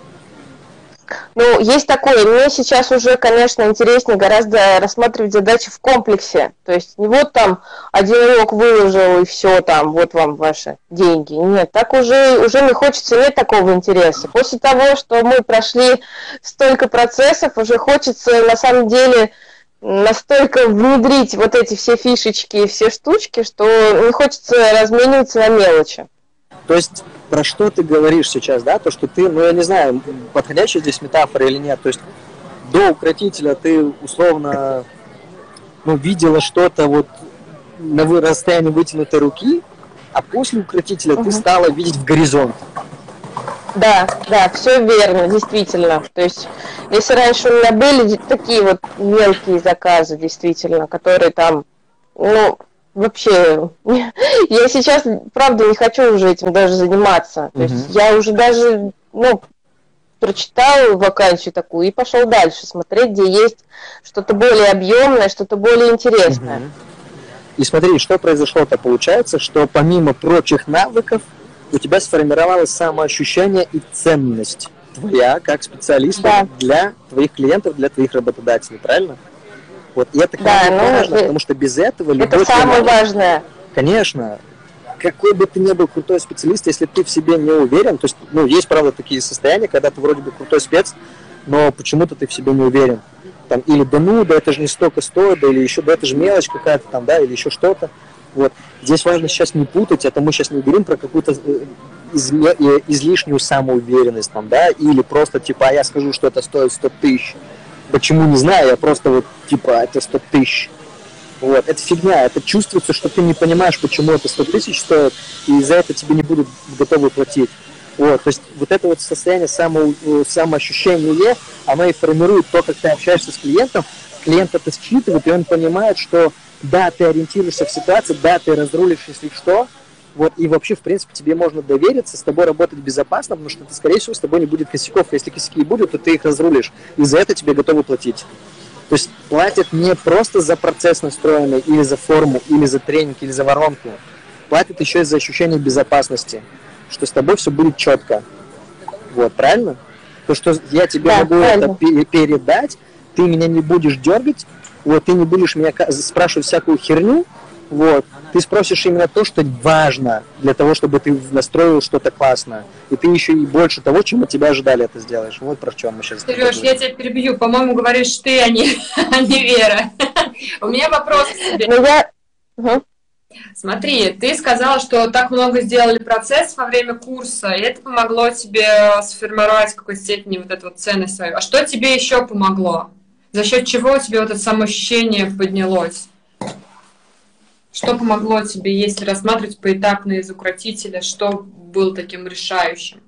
Ну, есть такое. Мне сейчас уже, конечно, интереснее гораздо рассматривать задачи в комплексе. То есть не вот там один урок выложил и все, там, вот вам ваши деньги. Нет, так уже не хочется, нет такого интереса. После того, что мы прошли столько процессов, уже хочется на самом деле настолько внедрить вот эти все фишечки и все штучки, что не хочется размениваться на мелочи. То есть про что ты говоришь сейчас, да? То, что ты, ну я не знаю, подходящая здесь метафора или нет. То есть до укротителя ты условно видела что-то вот на расстоянии вытянутой руки, а после укротителя ты стала видеть в горизонт. Да, все верно, действительно. То есть, если раньше у меня были такие вот мелкие заказы, действительно, которые там, вообще, я сейчас, правда, не хочу уже этим даже заниматься. То есть, я уже даже, прочитал вакансию такую и пошел дальше смотреть, где есть что-то более объемное, что-то более интересное. И смотри, что произошло-то, получается, что помимо прочих навыков, у тебя сформировалось самоощущение и ценность твоя как специалиста для твоих клиентов, для твоих работодателей, правильно? Вот, и это важно, потому что без этого любой... Это самое важное. Конечно. Какой бы ты ни был крутой специалист, если ты в себе не уверен, то есть, есть, правда, такие состояния, когда ты вроде бы крутой спец, но почему-то ты в себе не уверен. Там, или да это же не столько стоит, да, или еще, да это же мелочь какая-то там, да, или еще что-то. Вот. Здесь важно сейчас не путать, это мы сейчас не говорим про какую-то излишнюю самоуверенность, там, да, или просто, типа, я скажу, что это стоит 100 тысяч. Почему, не знаю, я просто вот, типа, это 100 тысяч. Вот, это фигня, это чувствуется, что ты не понимаешь, почему это 100 тысяч стоит, и за это тебе не будут готовы платить. Вот, то есть вот это вот состояние самоощущения, оно и формирует то, как ты общаешься с клиентом. Клиент это считывает, и он понимает, что да, ты ориентируешься в ситуации, да, ты разрулишь, если что, вот, и вообще, в принципе, тебе можно довериться, с тобой работать безопасно, потому что, скорее всего, с тобой не будет косяков, если косяки будут, то ты их разрулишь, и за это тебе готовы платить. То есть платят не просто за процесс настроенный, или за форму, или за тренинг, или за воронку, платят еще и за ощущение безопасности, что с тобой все будет четко. Вот, правильно? То, что я тебе могу это передать, ты меня не будешь дергать, вот, ты не будешь меня спрашивать всякую херню, вот, ты спросишь именно то, что важно для того, чтобы ты настроил что-то классное. И ты еще и больше того, чем от тебя ожидали, это сделаешь. Вот про чем мы сейчас говорим. Сереж, я тебя перебью. По-моему, говоришь ты, а не Вера. У меня вопрос к тебе. Смотри, ты сказала, что так много сделали процесс во время курса, и это помогло тебе сформировать в какой-то степени вот эту вот ценность свою. А что тебе еще помогло? За счет чего у тебя вот это самоощущение поднялось? Что помогло тебе, если рассматривать поэтапно из укротителя, что было таким решающим?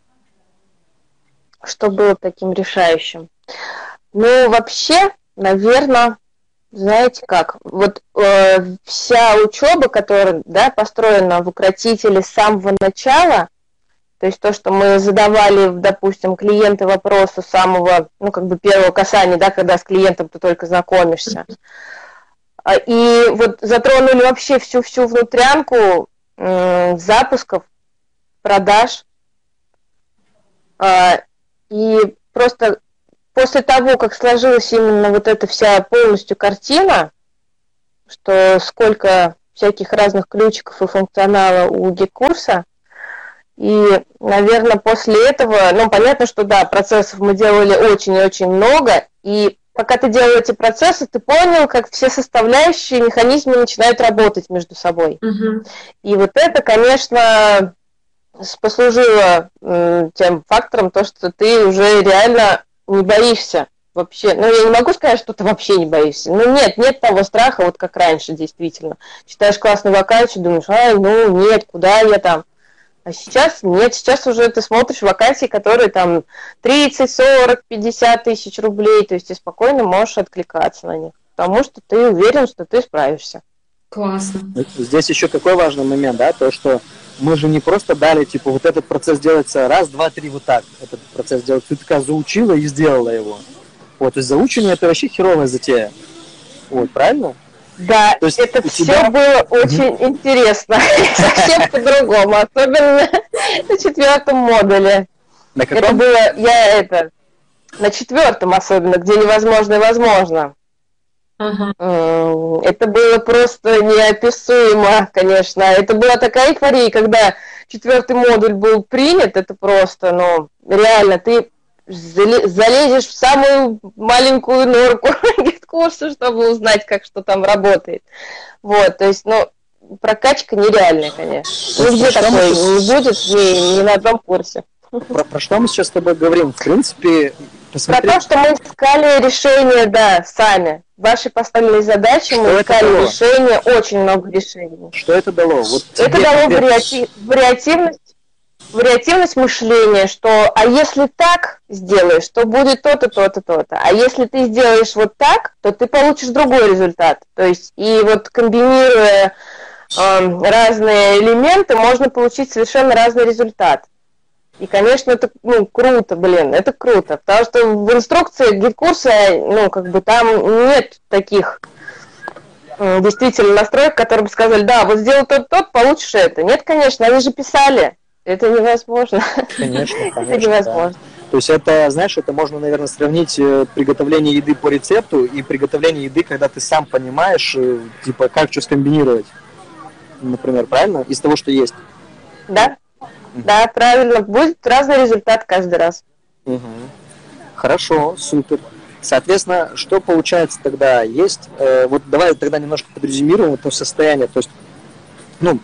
Что было таким решающим? Ну, вообще, наверное, знаете как, вот вся учеба, которая построена в укротителе с самого начала, то есть то, что мы задавали, допустим, клиенты вопросы с самого, первого касания, когда с клиентом ты только знакомишься, и вот затронули вообще всю внутрянку запусков, продаж. И просто после того, как сложилась именно вот эта вся полностью картина, что сколько всяких разных ключиков и функционала у гид-курса, и, наверное, после этого, понятно, что да, процессов мы делали очень и очень много, и пока ты делал эти процессы, ты понял, как все составляющие механизмы начинают работать между собой. И вот это, конечно, послужило тем фактором, то, что ты уже реально не боишься вообще, ну, я не могу сказать, что ты вообще не боишься. Ну, нет того страха, вот как раньше, действительно. Читаешь классную вакансию, думаешь, ну, нет, куда я там? А сейчас нет, сейчас уже ты смотришь вакансии, которые там 30, 40, 50 тысяч рублей, то есть ты спокойно можешь откликаться на них, потому что ты уверен, что ты справишься. Классно. Здесь еще какой важный момент, да, то, что мы же не просто дали, типа, вот этот процесс делается раз, два, три, вот так, этот процесс делается, ты такая заучила и сделала его. Вот, то есть заучивание это вообще херовая затея. Вот, правильно? Да, то есть это все тебя... было очень интересно, совсем по-другому, особенно на 4-м модуле. На каком? Это было, на 4-м особенно, где невозможно и возможно. Это было просто неописуемо, конечно. Это была такая эйфория, когда 4-й модуль был принят, это просто, ну, реально, ты залезешь в самую маленькую норку гид-курса, чтобы узнать, как что там работает. Вот, то есть, ну, прокачка нереальная, конечно. Нигде такой не будет, ни на одном курсе. Про что мы сейчас с тобой говорим? В принципе, посмотри... Про то, что мы искали решение, да, сами. Ваши поставленные задачи, мы искали решение, очень много решений. Что это дало? Вот это дало вариативность мышления, что а если так сделаешь, то будет то-то, то-то, то-то. А если ты сделаешь вот так, то ты получишь другой результат. То есть, и вот комбинируя разные элементы, можно получить совершенно разный результат. И, конечно, это, ну, круто, это круто, потому что в инструкции гид-курса, ну, как бы там нет таких действительно настроек, которые бы сказали, да, вот сделай тот, получишь это. Нет, конечно, они же писали. Это невозможно. Конечно, это невозможно. Да. То есть это, знаешь, это можно, наверное, сравнить приготовление еды по рецепту и приготовление еды, когда ты сам понимаешь, типа, как что скомбинировать, например, правильно? Из того, что есть. Да. Да, правильно. Будет разный результат каждый раз. Угу. Хорошо, супер. Соответственно, что получается тогда? Есть, вот давай тогда немножко подрезюмируем это состояние. То есть, ну,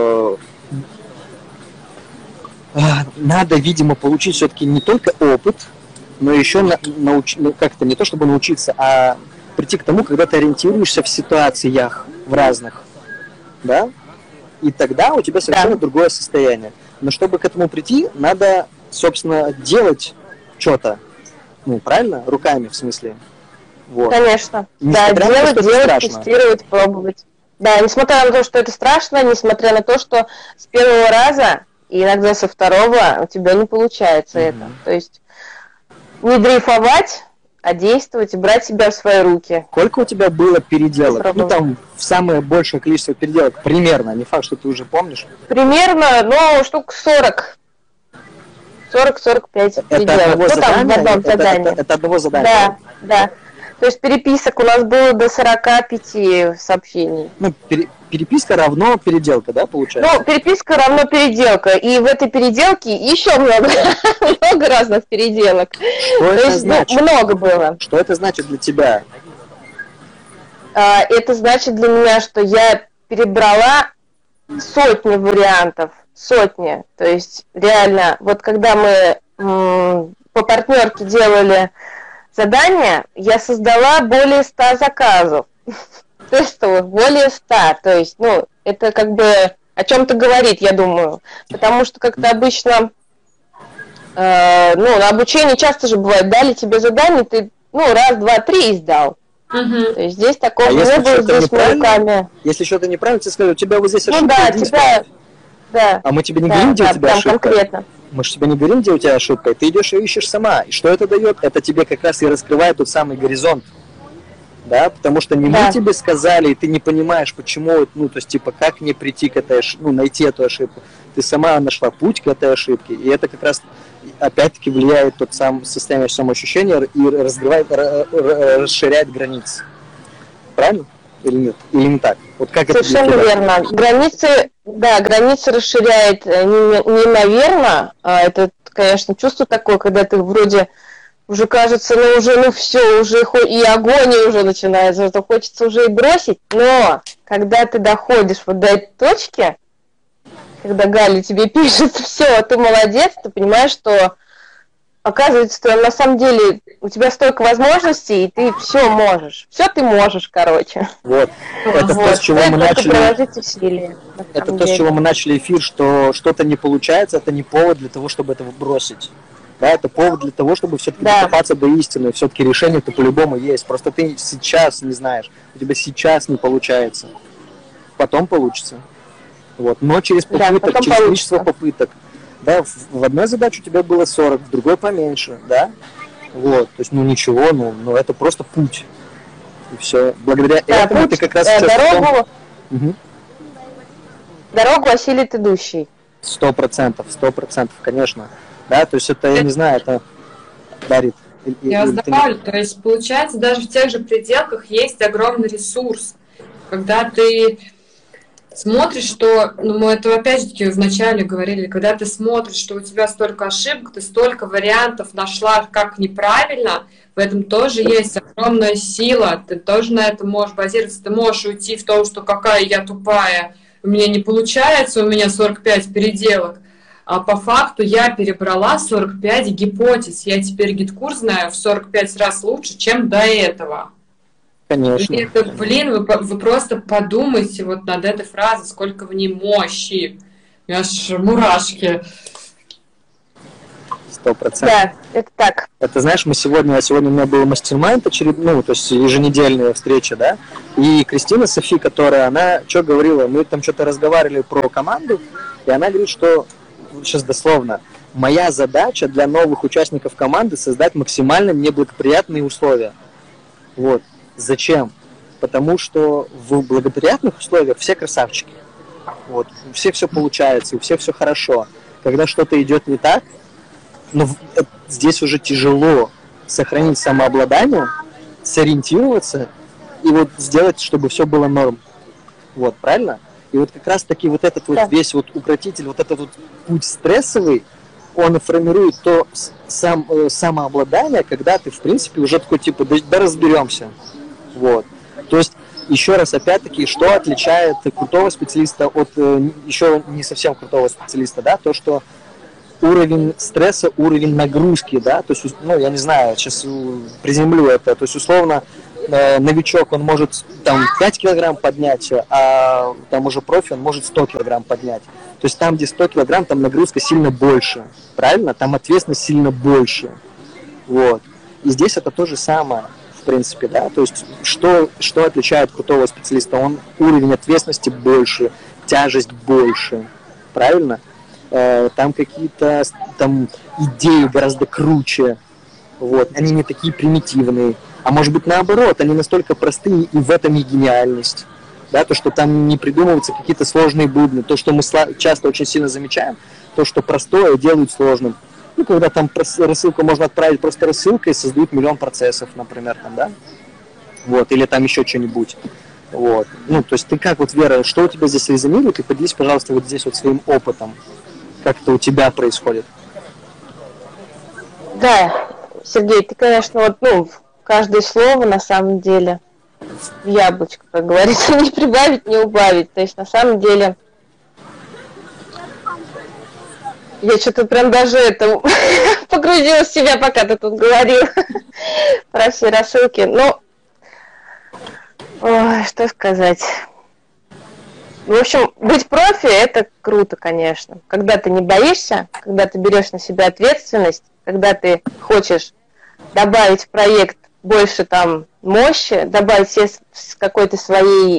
надо, видимо, получить все-таки не только опыт, но еще как-то не то чтобы научиться, а прийти к тому, когда ты ориентируешься в ситуациях в разных, да? И тогда у тебя совершенно другое состояние. Но чтобы к этому прийти, надо, собственно, делать что-то. Ну, правильно? Руками, в смысле. Вот. Конечно. Да, делать, тестировать, пробовать. Да, несмотря на то, что это страшно, несмотря на то, что с первого раза и иногда со второго у тебя не получается это. То есть не дрейфовать, а действовать и брать себя в свои руки. Сколько у тебя было переделок? Ну, там, самое большее количество переделок, примерно, не факт, что ты уже помнишь. Примерно, ну, штук 40. 40-45 переделок. Ну, там в одном задании. Это одного задания? Да. То есть переписок у нас было до 45 сообщений. Ну, переписка равно переделка, да, получается? Ну, переписка равно переделка. И в этой переделке еще много разных переделок. Что это значит? Много было. Что это значит для тебя? Это значит для меня, что я перебрала сотни вариантов. Сотни. То есть реально, вот когда мы по партнерке делали задание, я создала более 100 заказов. Тестовых, более 100. То есть, ну, это как бы о чем-то говорит, я думаю. Потому что как-то обычно, на обучении часто же бывает, дали тебе задание, ты, раз, два, три и сдал. То есть здесь такого не было, здесь мы руками. Если что-то неправильно, тебе скажут, у тебя вот здесь ошибка. Ну да, тебя... Да. А мы тебе не говорим, где у тебя ошибка. Конкретно. Мы же тебе не говорим, где у тебя ошибка. Ты идешь и ищешь сама. И что это дает? Это тебе как раз и раскрывает тот самый горизонт. Да, потому что не мы тебе сказали, и ты не понимаешь, почему, то есть, типа, как мне прийти к этой ошибке, найти эту ошибку. Ты сама нашла путь к этой ошибке, и это как раз, опять-таки, влияет тот сам состояние самоощущения и расширяет границы. Правильно? Или нет? Или не так? Вот как совершенно это верно. Границы расширяет неимоверно. Это, конечно, чувство такое, когда ты вроде уже кажется, все, уже и агония уже начинается, что хочется уже и бросить. Но когда ты доходишь вот до этой точки, когда Галя тебе пишет, все, ты молодец, ты понимаешь, что оказывается, что на самом деле у тебя столько возможностей, и ты все можешь. Все ты можешь, короче. Вот. Это то, с чего мы начали. Усилия, это то, с чего мы начали эфир, что что-то не получается, это не повод для того, чтобы этого бросить. Да, это повод для того, чтобы все-таки докопаться до истины. Все-таки решение-то по-любому есть. Просто ты сейчас не знаешь. У тебя сейчас не получается. Потом получится. Вот. Но через попыток, через количество попыток. Да, в одной задаче у тебя было 40, в другой поменьше, да? Вот. То есть, ну ничего, ну это просто путь. И все. Благодаря этому путь, ты как раз сейчас... Дорогу осилит идущий. 100%, конечно. Да, то есть это, я не знаю, это дарит. Я вас добавлю, то есть получается, даже в тех же пределках есть огромный ресурс. Когда ты смотришь, что, ну мы это опять же таки вначале говорили, когда ты смотришь, что у тебя столько ошибок, ты столько вариантов нашла, как неправильно, в этом тоже есть огромная сила, ты тоже на этом можешь базироваться, ты можешь уйти в том, что какая я тупая, у меня не получается, у меня 45 переделок. А по факту я перебрала 45 гипотез. Я теперь гид-курс знаю в 45 раз лучше, чем до этого. Конечно. И это, блин, вы просто подумайте вот над этой фразой, сколько в ней мощи. У меня аж мурашки. 100%. Да, это так. Это, знаешь, сегодня у меня был мастер-майнд очередной, то есть еженедельная встреча, да, и Кристина Софи, она что говорила, мы там что-то разговаривали про команду, и она говорит, что сейчас дословно, моя задача для новых участников команды создать максимально неблагоприятные условия. Вот. Зачем? Потому что в благоприятных условиях все красавчики. Вот. У всех все получается, у всех все хорошо. Когда что-то идет не так, здесь уже тяжело сохранить самообладание, сориентироваться и вот сделать, чтобы все было норм. Вот, правильно? И вот как раз таки вот этот вот весь вот укротитель, вот этот вот путь стрессовый, он формирует то самообладание, когда ты, в принципе, уже такой, типа, да разберемся. Вот. То есть, еще раз, опять-таки, что отличает крутого специалиста от еще не совсем крутого специалиста, да, то, что уровень стресса, уровень нагрузки, да, то есть, ну, я не знаю, сейчас приземлю это, то есть, условно, новичок, он может там 5 килограмм поднять, а там уже профи, он может 100 килограмм поднять. То есть там, где 100 килограмм, там нагрузка сильно больше, правильно? Там ответственность сильно больше. Вот. И здесь это то же самое, в принципе, да. То есть что отличает крутого специалиста? Он уровень ответственности больше, тяжесть больше, правильно? Там какие-то там идеи гораздо круче, вот. Они не такие примитивные. А может быть наоборот, они настолько простые, и в этом и гениальность. Да, то, что там не придумываются какие-то сложные бубны. То, что мы часто очень сильно замечаем, то, что простое делают сложным. Ну, когда там рассылку можно отправить просто рассылкой, создают миллион процессов, например, там, да? Вот, или там еще что-нибудь. Вот. Ну, то есть ты как вот, Вера, что у тебя здесь резонирует? И поделись, пожалуйста, вот здесь вот своим опытом. Как это у тебя происходит? Да, Сергей, ты, конечно, вот, каждое слово на самом деле в яблочко, как говорится, не прибавить, не убавить. То есть на самом деле я что-то прям даже погрузилась в себя, пока ты тут говорил про все рассылки. Ну, что сказать. В общем, быть профи – это круто, конечно. Когда ты не боишься, когда ты берешь на себя ответственность, когда ты хочешь добавить в проект больше там мощи, добавить все какой-то своей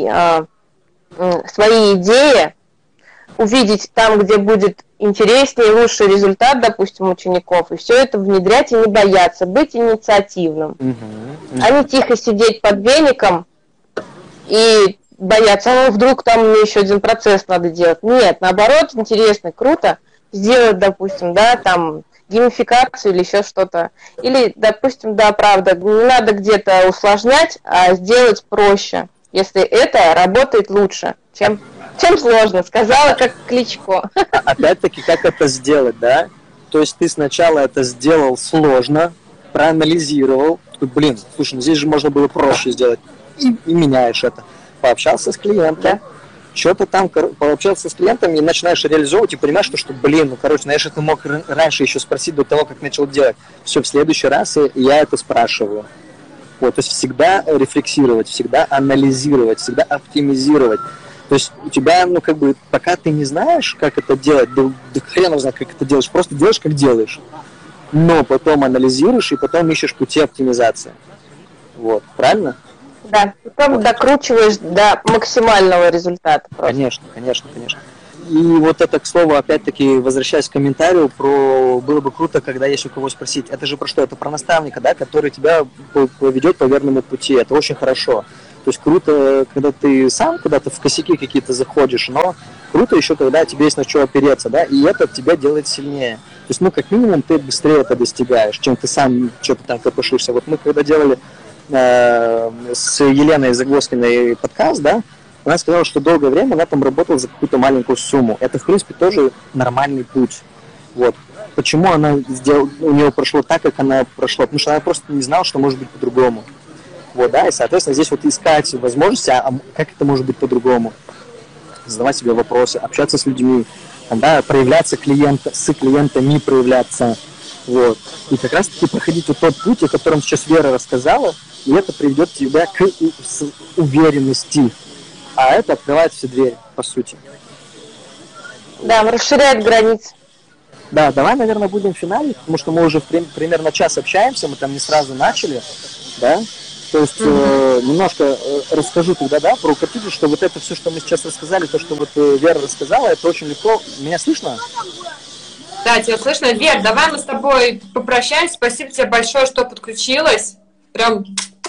идеи, увидеть там, где будет интереснее, лучший результат, допустим, учеников, и все это внедрять и не бояться, быть инициативным. А не тихо сидеть под веником и бояться, вдруг там мне еще один процесс надо делать. Нет, наоборот, интересно, круто сделать, допустим, да, там, геймификацию или еще что-то. Или, допустим, да, правда, не надо где-то усложнять, а сделать проще, если это работает лучше, чем сложно, сказала как Кличко. Опять-таки, как это сделать, да? То есть ты сначала это сделал сложно, проанализировал, такой, слушай, здесь же можно было проще сделать, и меняешь это. Пообщался с клиентом, что-то там пообщался с клиентами и начинаешь реализовывать и понимаешь, что блин, ну, короче, знаешь, ты мог раньше еще спросить до того, как начал делать. Все, в следующий раз я это спрашиваю. Вот, то есть всегда рефлексировать, всегда анализировать, всегда оптимизировать. То есть у тебя, ну, как бы, пока ты не знаешь, как это делать, да хрен знает, как это делаешь, просто делаешь, как делаешь. Но потом анализируешь и потом ищешь пути оптимизации. Вот, правильно? Да, потом докручиваешь до максимального результата. Просто. Конечно, конечно, конечно. И вот это, к слову, опять-таки, возвращаясь к комментарию, было бы круто, когда есть у кого спросить. Это же про что? Это про наставника, да, который тебя поведет по верному пути. Это очень хорошо. То есть круто, когда ты сам куда-то в косяки какие-то заходишь, но круто еще, когда тебе есть на что опереться, да, и это тебя делает сильнее. То есть, ну, как минимум, ты быстрее это достигаешь, чем ты сам что-то там копошишься. Вот мы когда делали с Еленой Загвоздкиной подкаст, да, она сказала, что долгое время она там работала за какую-то маленькую сумму. Это, в принципе, тоже нормальный путь. Вот. Почему она сделала, у нее прошло так, как она прошла? Потому что она просто не знала, что может быть по-другому. Вот, да, и, соответственно, здесь вот искать возможности, а как это может быть по-другому? Задавать себе вопросы, общаться с людьми, да, проявляться с клиентами, проявляться. Вот. И как раз-таки проходить вот тот путь, о котором сейчас Вера рассказала, и это приведет тебя к уверенности. А это открывает все двери, по сути. Да, расширяет границы. Да, давай, наверное, будем финалить, потому что мы уже примерно час общаемся, мы там не сразу начали, да? То есть немножко расскажу тогда, да, про укротитель, что вот это все, что мы сейчас рассказали, то, что вот Вера рассказала, это очень легко. Меня слышно? Да, тебя слышно. Вер, давай мы с тобой попрощаемся. Спасибо тебе большое, что подключилась. Прям...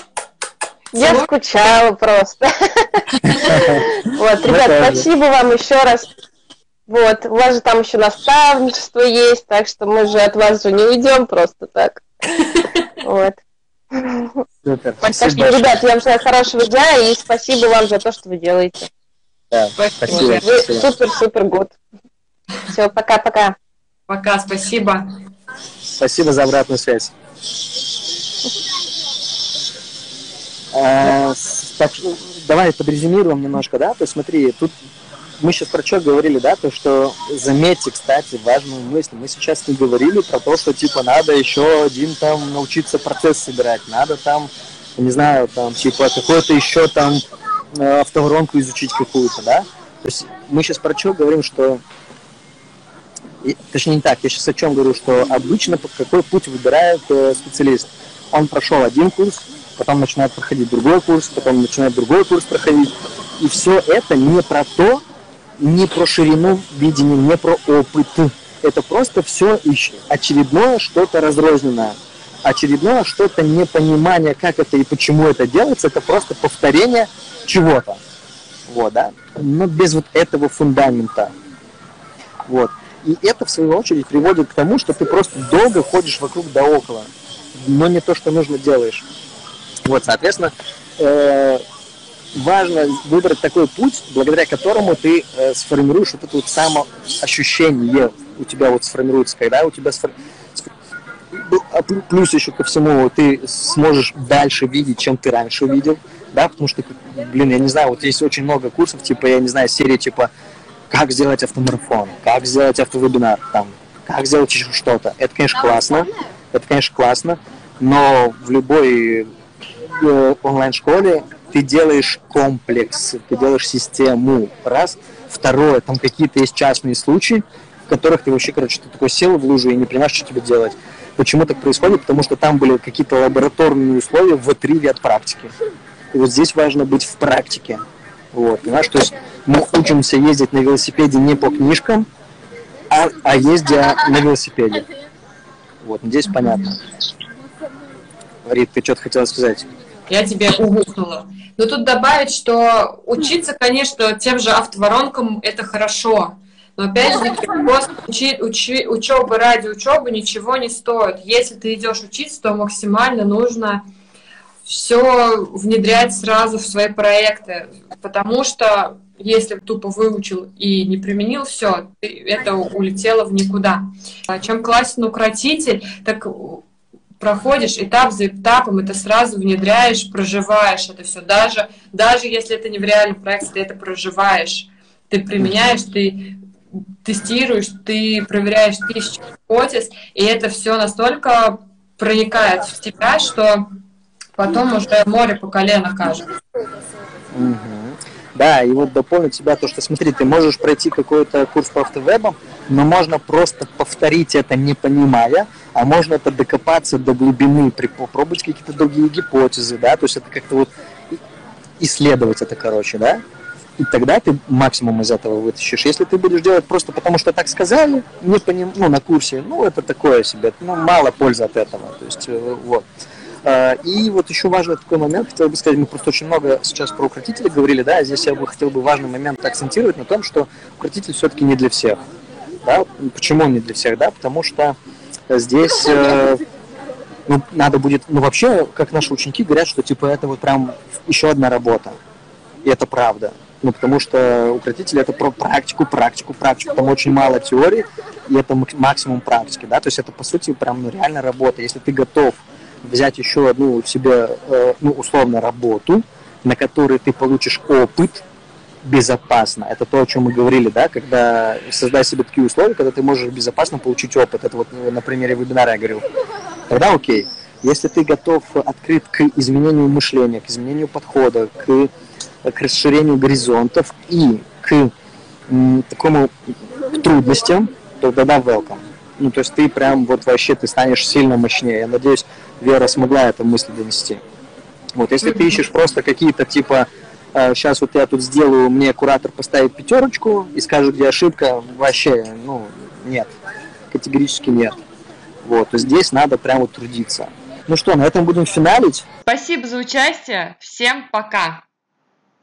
Я скучала просто. Вот, ребят, спасибо вам еще раз. Вот, у вас же там еще наставничество есть, так что мы же от вас же не уйдем просто так. Вот. Супер. Так что, ребят, я вам желаю хорошего дня и спасибо вам за то, что вы делаете. Да, спасибо. Вы супер гуд. Все, пока-пока. Пока, спасибо. Спасибо за обратную связь. Так, давай подрезюмируем немножко, да, то есть смотри, тут мы сейчас про что говорили, да, то что, заметьте, кстати, важную мысль, мы сейчас не говорили про то, что, типа, надо еще один там научиться процесс собирать, надо там, не знаю, там, типа, какую-то еще там автоворонку изучить какую-то, да, то есть мы сейчас про что говорим, что, точнее не так, я сейчас о чем говорю, что обычно какой путь выбирает специалист, он прошел один курс, потом начинает проходить другой курс, потом начинает другой курс проходить. И все это не про то, не про ширину видения, не про опыт. Это просто все очередное что-то разрозненное. Очередное что-то непонимание, как это и почему это делается. Это просто повторение чего-то. Вот, да? Но без вот этого фундамента. Вот. И это, в свою очередь, приводит к тому, что ты просто долго ходишь вокруг да около. Но не то, что нужно делаешь. Вот, соответственно, важно выбрать такой путь, благодаря которому ты сформируешь вот это вот самоощущение у тебя вот сформируется, когда у тебя плюс еще ко всему ты сможешь дальше видеть, чем ты раньше видел, да, потому что, блин, я не знаю, вот есть очень много курсов, типа, я не знаю, серии типа как сделать автомарафон, как сделать автовебинар, там, как сделать еще что-то. Это, конечно, классно, но в любой онлайн-школе ты делаешь комплекс, ты делаешь систему, раз. Второе, там какие-то есть частные случаи, в которых ты вообще, короче, ты такой сел в лужу и не понимаешь, что тебе делать. Почему так происходит? Потому что там были какие-то лабораторные условия в отрыве от практики. И вот здесь важно быть в практике. Вот, понимаешь, то есть мы учимся ездить на велосипеде не по книжкам, а ездя на велосипеде. Вот, надеюсь, понятно. Рит, ты что-то хотела сказать? Я тебе угукнула. Но тут добавить, что учиться, конечно, тем же автоворонкам это хорошо. Но опять же, просто учеба ради учебы ничего не стоит. Если ты идешь учиться, то максимально нужно все внедрять сразу в свои проекты. Потому что если тупо выучил и не применил все, это улетело в никуда. Чем классен укротитель, так проходишь этап за этапом, это сразу внедряешь, проживаешь это все. Даже если это не в реальном проекте, ты это проживаешь. ты применяешь, ты тестируешь, ты проверяешь тысячи гипотез, и это все настолько проникает в тебя, что потом уже море по колено кажется. Мгм. Да, и вот дополнить тебя то, что смотри, ты можешь пройти какой-то курс по автовебам, но можно просто повторить это, не понимая, а можно это докопаться до глубины, попробовать какие-то другие гипотезы, да, то есть это как-то вот исследовать это, короче, да, и тогда ты максимум из этого вытащишь. Если ты будешь делать просто потому, что так сказали, ну, на курсе, ну, это такое себе, ну, мало пользы от этого, то есть, вот. И вот еще важный такой момент, хотел бы сказать, мы просто очень много сейчас про укротителей говорили, да, здесь я бы хотел бы важный момент акцентировать на том, что укротитель все-таки не для всех, да, почему он не для всех, да, потому что здесь, ну, надо будет, ну, вообще, как наши ученики говорят, что, типа, это вот прям еще одна работа, и это правда, ну, потому что укротитель это про практику, там очень мало теории, и это максимум практики, да, то есть это, по сути, прям, ну, реально работа, если ты готов взять еще одну себе, ну, условно, работу, на которой ты получишь опыт безопасно. Это то, о чем мы говорили, да, когда создай себе такие условия, когда ты можешь безопасно получить опыт. Это вот на примере вебинара я говорил. Тогда окей. Если ты готов, открыт к изменению мышления, к изменению подхода, к расширению горизонтов и к такому к трудностям, то тогда welcome. Ну, то есть ты прям вот вообще ты станешь сильно мощнее. Я надеюсь, Вера смогла эту мысль донести. Вот, если ты ищешь просто какие-то типа, сейчас вот я тут сделаю, мне куратор поставит 5 и скажет, где ошибка, вообще, ну, нет, категорически нет. Вот, то здесь надо прям вот трудиться. Ну что, на этом будем финалить. Спасибо за участие. Всем пока.